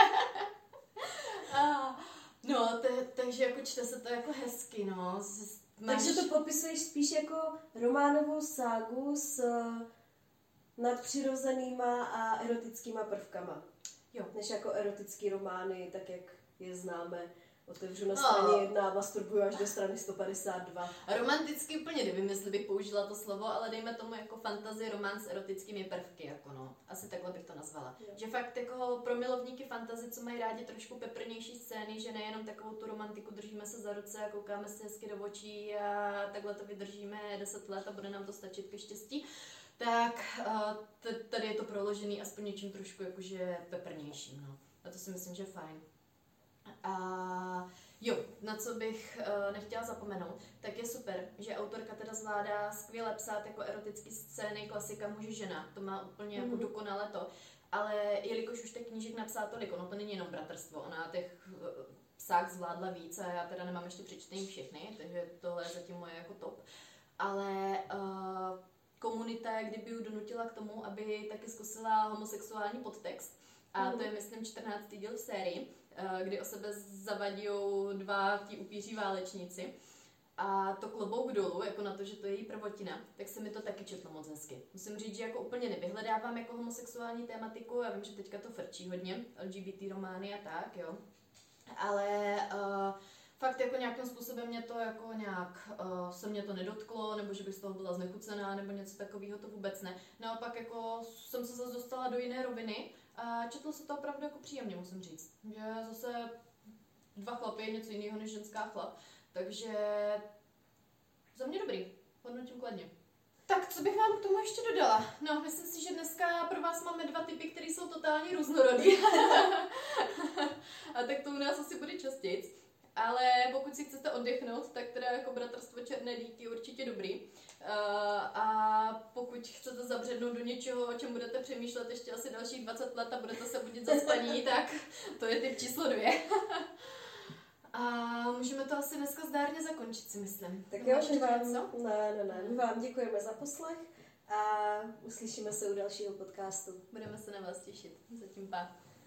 A, no, te, takže jako čte se to jako hezky, no. Máš... Takže to popisuješ spíš jako románovou ságu s nadpřirozenýma a erotickýma prvkama. Jo. Než jako erotický romány, tak jak je známe. Otevřu na straně jedna a masturbuju až do strany sto padesát dva. Romanticky úplně nevím, jestli bych použila to slovo, ale dejme tomu jako fantasy román s erotickými prvky, jako no. Asi takhle bych to nazvala. Jo. Že fakt jako pro milovníky fantasy, co mají rádi trošku peprnější scény, že nejenom takovou tu romantiku, držíme se za ruce a koukáme se hezky do očí a takhle to vydržíme deset let a bude nám to stačit ke štěstí, tak t- tady je to proložený aspoň něčím trošku jakože peprnějším, no. A to si myslím, že je fajn. A jo, na co bych uh, nechtěla zapomenout, tak je super, že autorka teda zvládá skvěle psát jako erotické scény, klasika muž žena, to má úplně mm-hmm. jako dokonale to, ale jelikož už těch knížek napsala tolik, ono to není jenom bratrstvo, ona těch uh, psák zvládla víc a já teda nemám ještě přečtený všechny, takže tohle je zatím moje jako top, ale uh, komunita kdyby ji donutila k tomu, aby taky zkusila homosexuální podtext a mm-hmm. to je myslím čtrnáctý díl v sérii, kdy o sebe zavadí dva ti upíří válečníci. A to klobouk dolů, jako na to, že to je její prvotina, tak se mi to taky četlo moc hezky. Musím říct, že jako úplně nevyhledávám jako homosexuální tématiku, já vím, že teďka to frčí hodně, L G B T romány a tak, jo. Ale uh, fakt jako nějakým způsobem mě to jako nějak, uh, se mě to nedotklo, nebo že bych z toho byla znechucená, nebo něco takového, to vůbec ne. Naopak jako jsem se zase dostala do jiné roviny, a četlo se to opravdu jako příjemně, musím říct. Že zase dva chlapy je něco jiného než ženská chlap. Takže za mě dobrý. Hodnotím kladně. Tak, co bych vám k tomu ještě dodala? No, myslím si, že dneska pro vás máme dva typy, které jsou totálně různorodý. A tak to u nás asi bude častěji. Ale pokud si chcete oddechnout, tak teda jako Bratrstvo černé dítě je určitě dobrý. Uh, a pokud chcete zabřednout do něčeho, o čem budete přemýšlet ještě asi dalších dvacet let a budete se budit za spaní, tak to je typ číslo dvě. A můžeme to asi dneska zdárně zakončit, si myslím. Tak jo, my vám, ne, ne, ne, my vám děkujeme za poslech a uslyšíme se u dalšího podcastu. Budeme se na vás těšit. Zatím pá.